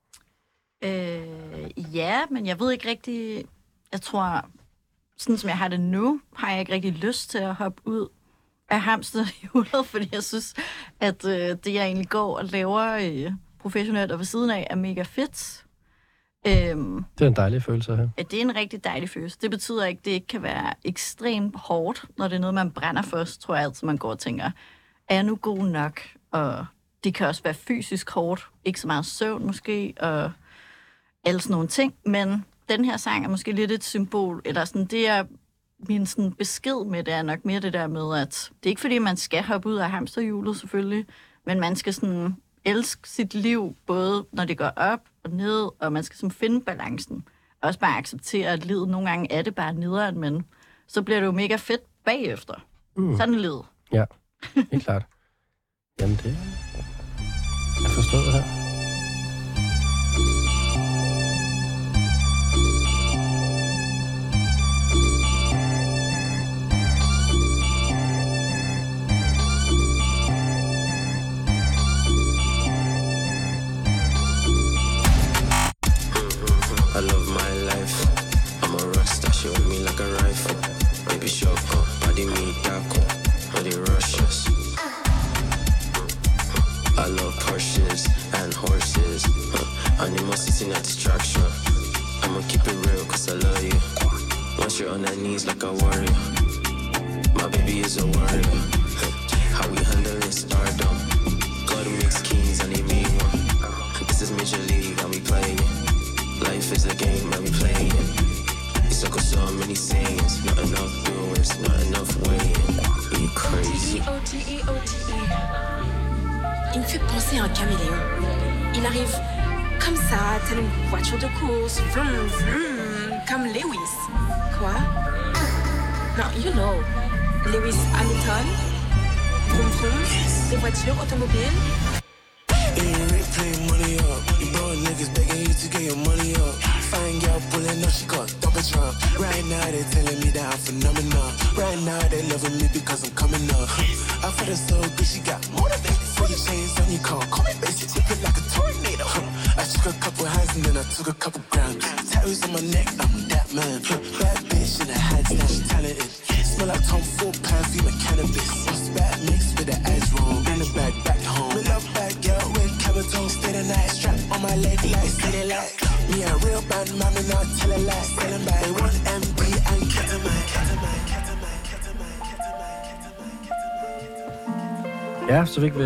Ja, men jeg ved ikke rigtig... Jeg tror, sådan som jeg har det nu, har jeg ikke rigtig lyst til at hoppe ud af hamsterhjulet, fordi jeg synes, at det, jeg egentlig går og laver professionelt og ved siden af, er mega fedt. Det er en dejlig følelse her. Det er en rigtig dejlig følelse. Det betyder ikke, at det ikke kan være ekstremt hårdt, når det er noget, man brænder for. Så tror jeg altid, man går og tænker, er jeg nu god nok? Og det kan også være fysisk hårdt. Ikke så meget søvn måske, og alle sådan nogle ting. Men den her sang er måske lidt et symbol, eller sådan, det er min sådan besked med det, er nok mere det der med, at det er ikke fordi, man skal hoppe ud af hamsterhjulet selvfølgelig, men man skal sådan elske sit liv, både når det går op og ned, og man skal sådan finde balancen. Også bare acceptere, at livet nogle gange er det bare nederen, men så bliver det jo mega fedt bagefter. Sådan er livet. Ja, helt klart. Jamen det jeg forstår det her. I love my life. I'm a rockstar, she hold me like a rifle. Baby shotgun, body me taco, body rushes. I love Porsches and horses. Animal sitting at distraction. I'ma keep it real cause I love you. Once you're on that knees like a warrior. My baby is a warrior. How we handling stardom. God makes kings, I need me one. This is Major League and we playing it. Life is a game and we playing it. You suck with so many sayings. Not enough doers, not enough weighing. Are you crazy? O.T.E. Il me fait penser à un caméléon. Il arrive comme ça, telle une voiture de course, vroom, vroom, comme Lewis. Quoi? Non, you know, Lewis Hamilton, vroom, vroom, des voitures automobiles. Playing money up, you broke niggas begging you to get your money up. Fine girl pulling up, she got double trump. Right now they telling me that I'm phenomenal. Right now they loving me because I'm coming up. I feel it so good, she got motivated. For your chains on your car, call me basic, tip it like a tornado. I took a couple hands and then I took a couple grams. Tattoos on my neck, I'm that man. Bad bitch in the hat, now she talented. Smell like Tom Ford, perfume and cannabis. It's bad mix with the eyes roll. Bring the bag back home. Me love bad girl with capital. Stay the night, strap on my leg like city light. Me a real bad man and I'll tell a lie. Selling by 1 MB and ketamine. Ja, så fik vi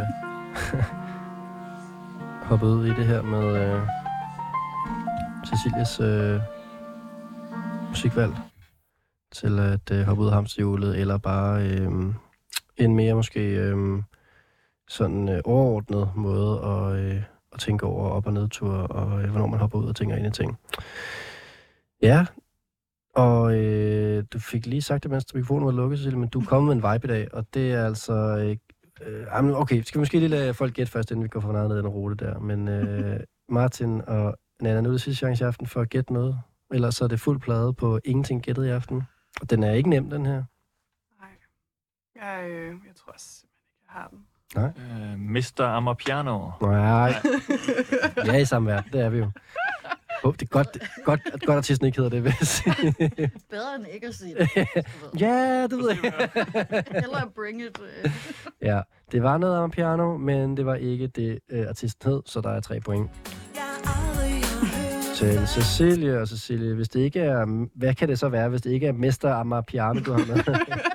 hoppet ud i det her med Cecilies musikvalg til at hoppe ud af hamsterhjulet, eller bare en mere måske sådan overordnet måde at tænke over op- og nedtur, og hvornår man hopper ud og tænker ind i ting. Ja, og du fik lige sagt det, mens mikrofonen var lukket, Cecilie, men du er kommet med en vibe i dag, og det er altså... okay, skal vi måske lige lade folk gætte først, inden vi går for ned ad den rute der. Men Martin og Nana, nu er det sidste chance i aften for at gætte noget. Ellers så er det fuld plade på ingenting gættet i aften. Og den er ikke nem, den her. Nej. Jeg tror simpelthen ikke, jeg har den. Nej. Mr. Amapiano. Nej. Ja, i samme verden, det er vi jo. Det er godt artisten ikke hedder det, vil jeg sige. Bedre end ikke at sige det. Ja, det ved jeg. Hellere bring it. Ja, det var noget Amapiano, men det var ikke det, artisten hed, så der er 3 point. Til Cecilie og Cecilie, hvis det ikke er... Hvad kan det så være, hvis det ikke er Mester Amapiano, du har med?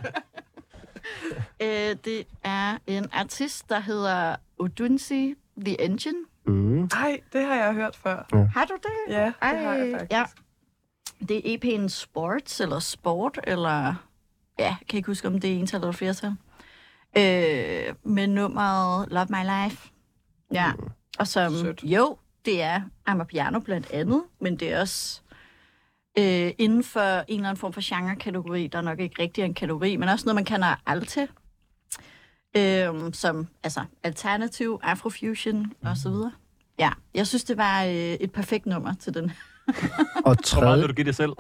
Det er en artist, der hedder Odunsi The Engine. Ej, det har jeg hørt før. Ja. Har du det? Ja, det har jeg faktisk. Ja. Det er EP'en Sport, eller... Ja, jeg kan ikke huske, om det er ental eller flertal. Med nummeret Love My Life. Ja, og som... Jo, det er Amapiano blandt andet, men det er også inden for en eller anden form for genre-kategori, der nok ikke rigtig er en kategori, men også noget, man kalder alte, som altså alternativ, afrofusion og så videre. Ja, jeg synes, det var et perfekt nummer til den. Og hvor meget vil du give det selv?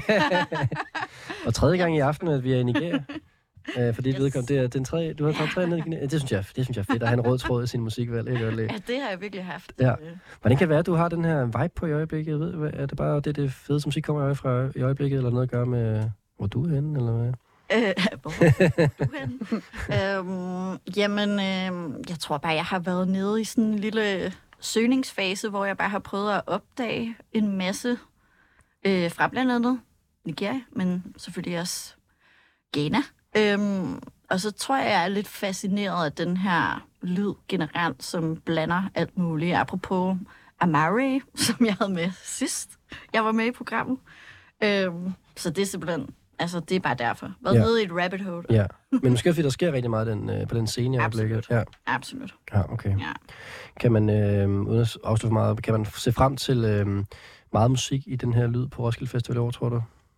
Og tredje gang i aften, at vi er i Nigeria. Fordi det vedkommende, det er den tredje, du har taget 3 ned i Nigeria. Det synes jeg er fedt, at have en rød tråd i sin musikvalg. Ja, det har jeg virkelig haft. Ja. Hvordan kan det være, at du har den her vibe på i øjeblikket? Jeg ved, er det bare det fedeste musik kommer fra i øjeblikket, eller noget at gøre med, hvor du er henne, eller hvad? Hvor er du henne? Jeg tror bare, jeg har været nede i sådan en lille søgningsfase, hvor jeg bare har prøvet at opdage en masse fra blandt andet Nigeria, men selvfølgelig også Ghana. Og så tror jeg er lidt fascineret af den her lyd generelt, som blander alt muligt. Apropos Amari, som jeg havde med sidst. Jeg var med i programmet. Så det er simpelthen... Altså, det er bare derfor. Været nede i et rabbit hole. Ja, men måske fordi der sker rigtig meget på den scene i øjeblikket. Ja. Absolut. Ja, okay. Ja. Kan man, uden at afslutte for meget, kan man se frem til meget musik i den her lyd på Roskilde Festival i år, tror du?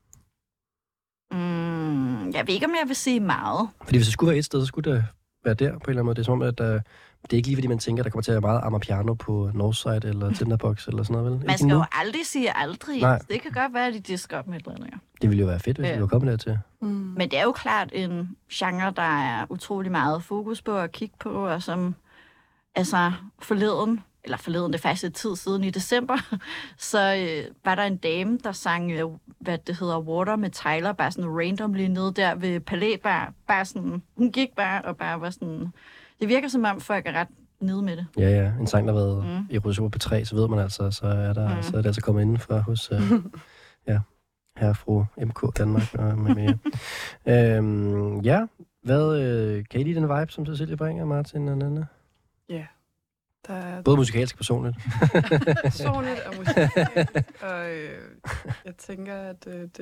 Jeg ved ikke, om jeg vil sige meget. Fordi hvis det skulle være et sted, så skulle det være der på en eller anden måde. Det er som om, at det er ikke lige, fordi man tænker, at der kommer til at være meget Amapiano på Northside eller Tinderbox eller sådan noget, vel? Man skal jo aldrig sige aldrig. Nej. Det kan godt være, at de disker op med et eller andet. Det ville jo være fedt, hvis vi var kommet dertil. Men det er jo klart en genre, der er utrolig meget fokus på at kigge på, og som altså forleden, det er faktisk et tid siden i december, så var der en dame, der sang, hvad det hedder, Water med Tyler, bare sådan randomly nede der ved Palæ, bare sådan, hun gik bare og bare var sådan, det virker som om folk er ret nede med det. Ja, en sang, der har været i Rødsjord på 3, så ved man altså, så er det altså kommet indenfor hos, herre fru MK Danmark og med mere. Kan I lide den vibe, som Cecilie bringer, Martin og Nanna? Ja. Både musikalsk og personligt. Personligt og musikalsk. Og jeg tænker, at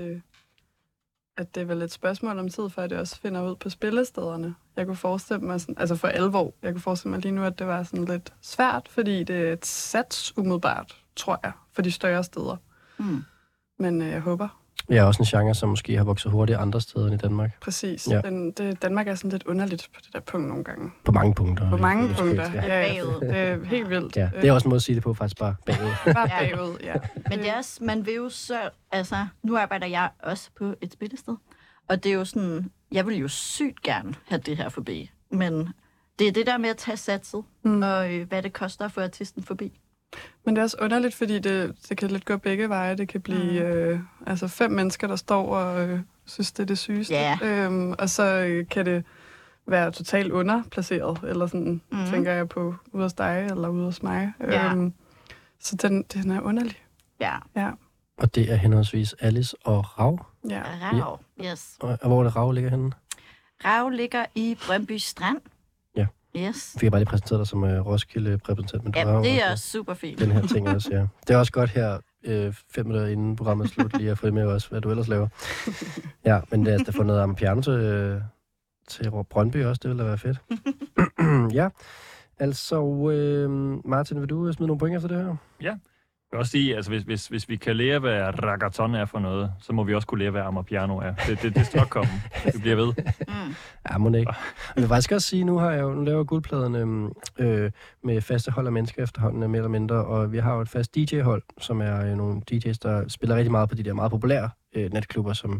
det er vel et spørgsmål om tid, før det også finder ud på spillestederne. Jeg kunne forestille mig, sådan, altså for alvor, jeg kunne forestille mig lige nu, at det var sådan lidt svært, fordi det er et sats umiddelbart, tror jeg, for de større steder. Men jeg håber. Ja, også en genre, som måske har vokset hurtigt andre steder end i Danmark. Præcis. Ja. Danmark er sådan lidt underligt på det der punkt nogle gange. På mange punkter. På mange punkter, ja. Det er helt vildt. Ja, det er også en måde at sige det på, faktisk bare bagud. Bare bagud, ja. Men det er også, man vil jo så, altså, nu arbejder jeg også på et spillested, og det er jo sådan, jeg vil jo sygt gerne have det her forbi, men det er det der med at tage satset, og hvad det koster for artisten forbi. Men det er også underligt, fordi det kan lidt gå begge veje. Det kan blive 5 mennesker, der står og synes, det er det sygeste. Yeah. Og så kan det være totalt underplaceret, eller sådan, tænker jeg på ude hos dig, eller ude hos mig. Yeah. Så den er underlig. Ja. Og det er henholdsvis Alice og Rav. Ja. Rav, yes. Og hvor er det Rav ligger henne? Rav ligger i Brøndby Strand. Ja. Yes. Fik jeg bare lige præsenteret dig som Roskilde-repræsentant. Men ja, det er også super fint. Den her ting også, ja. Det er også godt her, 5 minutter inden programmet slut, lige at få det med også, hvad du ellers laver. Ja, men der får noget Amapiano til Brøndby også, det ville da være fedt. Ja, altså, Martin, vil du smide nogle point efter det her? Ja. Jeg vil også sige, altså hvis vi kan lære, hvad ragaton er for noget, så må vi også kunne lære, hvad Amapiano er. Det skal nok komme. Vi bliver ved. Ja, må ikke. Jeg vil faktisk også sige, nu laver jeg guldpladerne med faste hold af mennesker efterhånden, mere eller mindre, og vi har jo et fast DJ-hold, som er nogle DJ's, der spiller rigtig meget på de der meget populære natklubber, som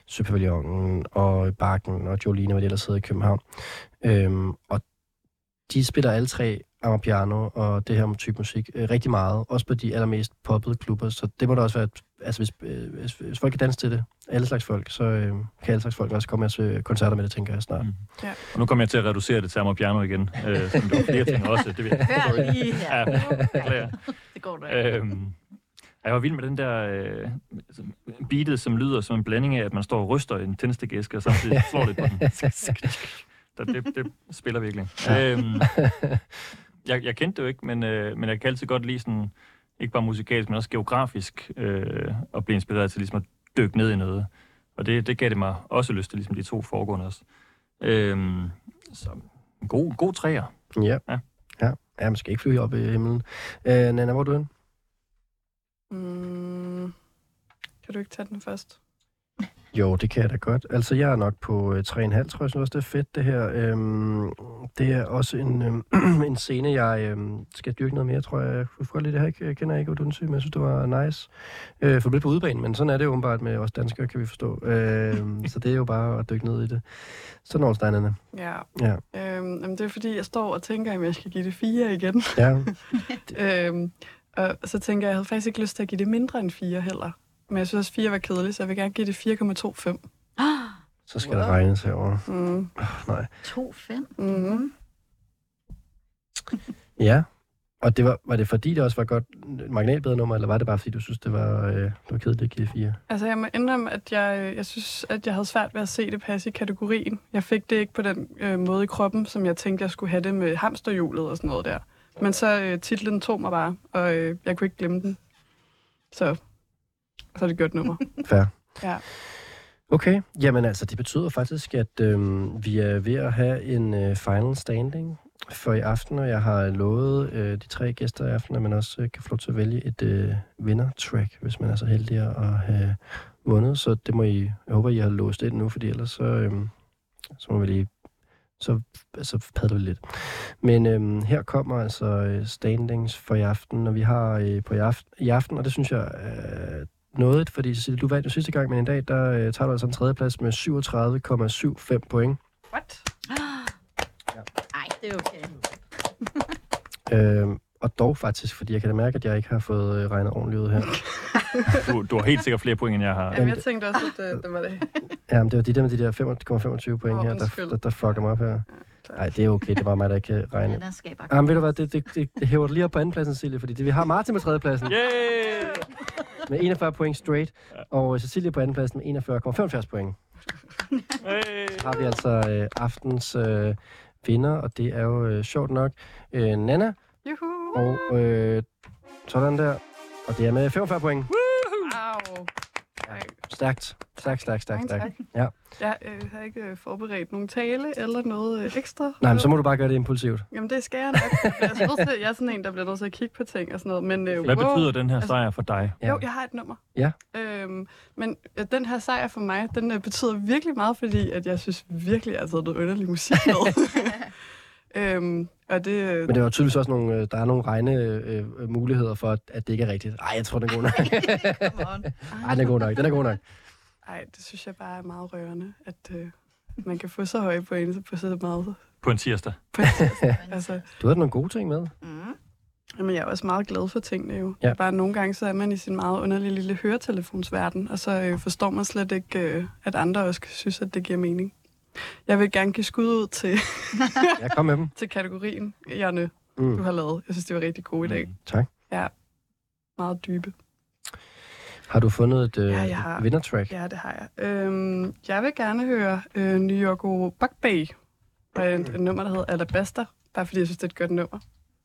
Søpavillonen og Bakken og Jolene, hvad de ellers sidder i København. Og de spiller alle 3 amapiano og det her type musik rigtig meget. Også på de allermest poppede klubber. Så det må da også være... Altså, hvis folk kan danse til det, alle slags folk, så kan alle slags folk også komme til koncerter med det, tænker jeg snart. Ja. Og nu kommer jeg til at reducere det til amapiano igen, som det var flere ting også. Det vil jeg. Hør lige her. Ja, det går da ikke. Jeg var vild med den der beatet, som lyder som en blanding af, at man står og ryster i en tændstikæske, og samtidig slår det på den. Det spiller virkelig. Jeg kendte det jo ikke, men jeg kan altid godt lide sådan, ikke bare musikalsk, men også geografisk, at blive inspireret til ligesom at dykke ned i noget. Og det gav det mig også lyst til, ligesom de 2 foregående også. Så en god træer. Ja, man skal ikke flyve op i himlen. Nana, hvor er du henne? Kan du ikke tage den først? Jo, det kan jeg da godt. Altså, jeg er nok på 3,5, tror jeg. Også, det er fedt, det her. Det er også en scene, jeg skal dyrke noget mere, tror jeg. Jeg kunne godt lide det her. Jeg kender ikke Odense, men jeg synes, det var nice. For det blev på udebanen, men sådan er det jo åbenbart med os danskere, kan vi forstå. Så det er jo bare at dykke ned i det. Sådan over steinerne. Ja. Det er fordi, jeg står og tænker, om jeg skal give det 4 igen. Ja. Og så tænker jeg havde faktisk ikke lyst til at give det mindre end 4 heller. Men jeg synes også, 4 var kedeligt, så jeg vil gerne give det 4,25. Så skal der regnes herovre. Nej. 2,5? Ja. Og det var det fordi, det også var godt marginalbedre nummer, eller var det bare fordi, du synes, det var kedeligt at give 4? Altså, jeg må indrømme, at jeg synes, at jeg havde svært ved at se det passe i kategorien. Jeg fik det ikke på den måde i kroppen, som jeg tænkte, jeg skulle have det med hamsterhjulet og sådan noget der. Men så titlen tog mig bare, og jeg kunne ikke glemme den. Så er det godt nummer. Fair. Ja. Okay, jamen altså, det betyder faktisk, at vi er ved at have en final standing for i aften, og jeg har lovet de 3 gæster i aften, at man også kan få lov til at vælge et vinder-track, hvis man er så heldig at have vundet. Så det må I, jeg håber, I har låst ind nu, fordi ellers så må vi lige så padler vi lidt. Men her kommer altså standings for i aften, og vi har på i aften, og det synes jeg noget, fordi Cecilie, du vandt jo sidste gang, men en dag, der tager du altså en 3. plads med 37,75 point. What? Ej, det er okay. Og dog faktisk, fordi jeg kan da mærke, at jeg ikke har fået regnet ordentligt ud her. Du har helt sikkert flere point, end jeg har. Jamen, jeg tænkte også, at det var det. Jamen, det var de der med de der 5,25 point her, der fucker mig op her. Nej, det er okay, det var mig, der ikke kan regne. Jamen, ved du hvad, det hæver du lige op på andenpladsen, Cecilie, fordi vi har Martin med 3. pladsen. Yeah! Med 41 point straight, og Cecilie på andenpladsen med 41,75 point. Så har vi altså aftens vinder, og det er jo sjovt nok Nana. Juhu! Og sådan der. Og det er med 45 point. Wow! Stærkt. Ja. Jeg har ikke forberedt nogen tale eller noget ekstra. Nej, men så må du bare gøre det impulsivt. Jamen, det skal jeg nok. Jeg er sådan en, der bliver nødt til at kigge på ting og sådan noget. Men, hvad betyder den her sejr for dig? Jo, jeg har et nummer. Ja. Men den her sejr for mig, den betyder virkelig meget, fordi at jeg synes virkelig, at jeg har taget noget underlig musik med. Og det, men det er jo tydeligvis også nogle, der er nogle muligheder for, at det ikke er rigtigt. Ej, jeg tror, den er god nok. Ej, den er god nok. Ej, det synes jeg bare er meget rørende, at man kan få så høje point på så meget. På en tirsdag. Altså, du har nogle gode ting med. Jamen, jeg er også meget glad for tingene jo. Ja. Bare nogle gange, så er man i sin meget underlige lille høretelefonsverden, og så forstår man slet ikke, at andre også synes, at det giver mening. Jeg vil gerne give skud ud til, kom med dem. til kategorien, Janne, du har lavet. Jeg synes, det var rigtig gode i dag. Tak. Ja, meget dybe. Har du fundet et vindertrack? Ja, det har jeg. Jeg vil gerne høre New Yorko Buckbay, og et nummer, der hedder Alabaster, bare fordi jeg synes, det er et godt nummer.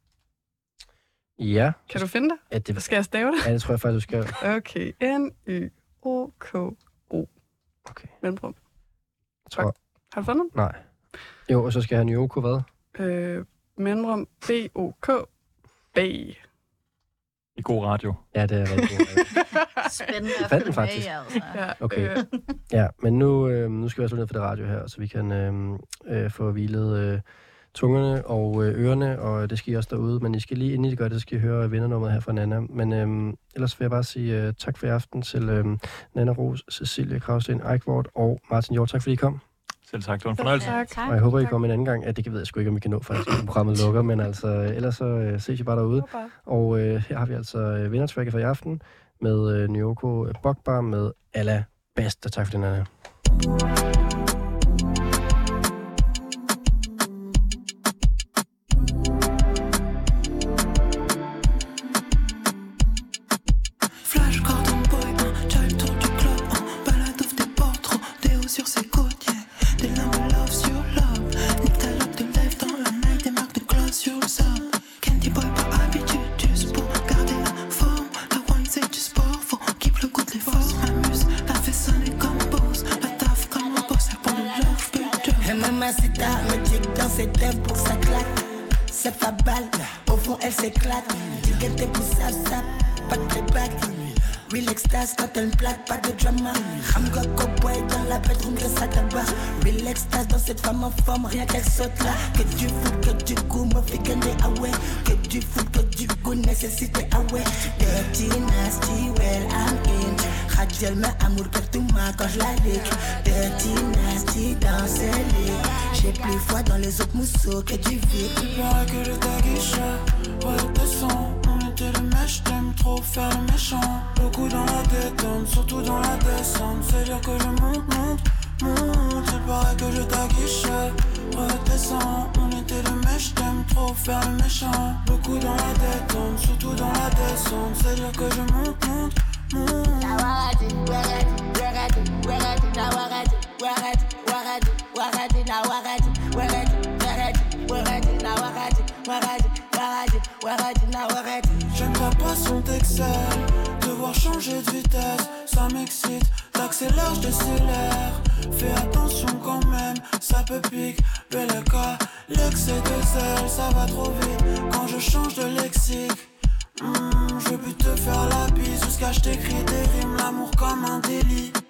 Ja. Kan du finde det? Skal jeg stave det? Ja, det tror jeg faktisk, du skal. Okay, N-Y-O-K-O. Okay. Mellemrum. Har du fundet den? Nej. Jo, og så skal han Yoko hvad? Mellemrum B-O-K. B. I god radio. Ja, det er rigtig god radio. Spændende at fandt den faktisk. Altså. Okay. Ja, men nu skal vi også ned for det radio her, så vi kan få hvilet tungerne og ørerne, og det skal I også derude. Men I skal lige, inden I gør det, så skal I høre vindernummeret her fra Nana. Men ellers vil jeg bare sige tak for i aften til Nana Ros, Cecilie Krausten Eichwort og Martin Hjort. Tak fordi I kom. Selv tak, det var en fornøjelse. Og jeg håber, I kommer en anden gang. Ja, det ved jeg sgu ikke, om I kan nå, faktisk, at programmet lukker, men altså, ellers så ses I bare derude. Og her har vi altså vindertracket for i aften med Nyoko Bokbar med Alla Best. Tak for den her. Quand elle me plaque, pas de drama. Ramga Cowboy dans la bedroom de sa tabac. Relax, t'as dans cette femme en forme, rien qu'elle saute là. Que du foot, que du coup, me fait gagner away. Que du foot, que du coup, nécessité away. Dirty, nasty, well, I'm in. Radial, mais amour pour tout ma quand je la lick. Dirty, nasty, dans ce lit. J'ai plus foi dans les autres mousseaux que du vide. Tu parais que le taguiche, ouais, descend. On était le mèche, t'aimes trop faire le méchant. Beaucoup dans la détente, surtout dans la descente. C'est dire que je monte. Il paraît que je taguiche, redescends. On était le mèche, t'aimes trop faire le méchant. Beaucoup dans la détente, surtout dans la descente. C'est dire que je monte. J'aime ta passion t'excelle. Devoir changer de vitesse, ça m'excite. T'accélères, je décélère. Fais attention quand même, ça peut piquer. Bel cas, l'excès de zèle, ça va trop vite. Quand je change de lexique, je veux plus te faire la bise. Jusqu'à je t'écris des rimes, l'amour comme un délit.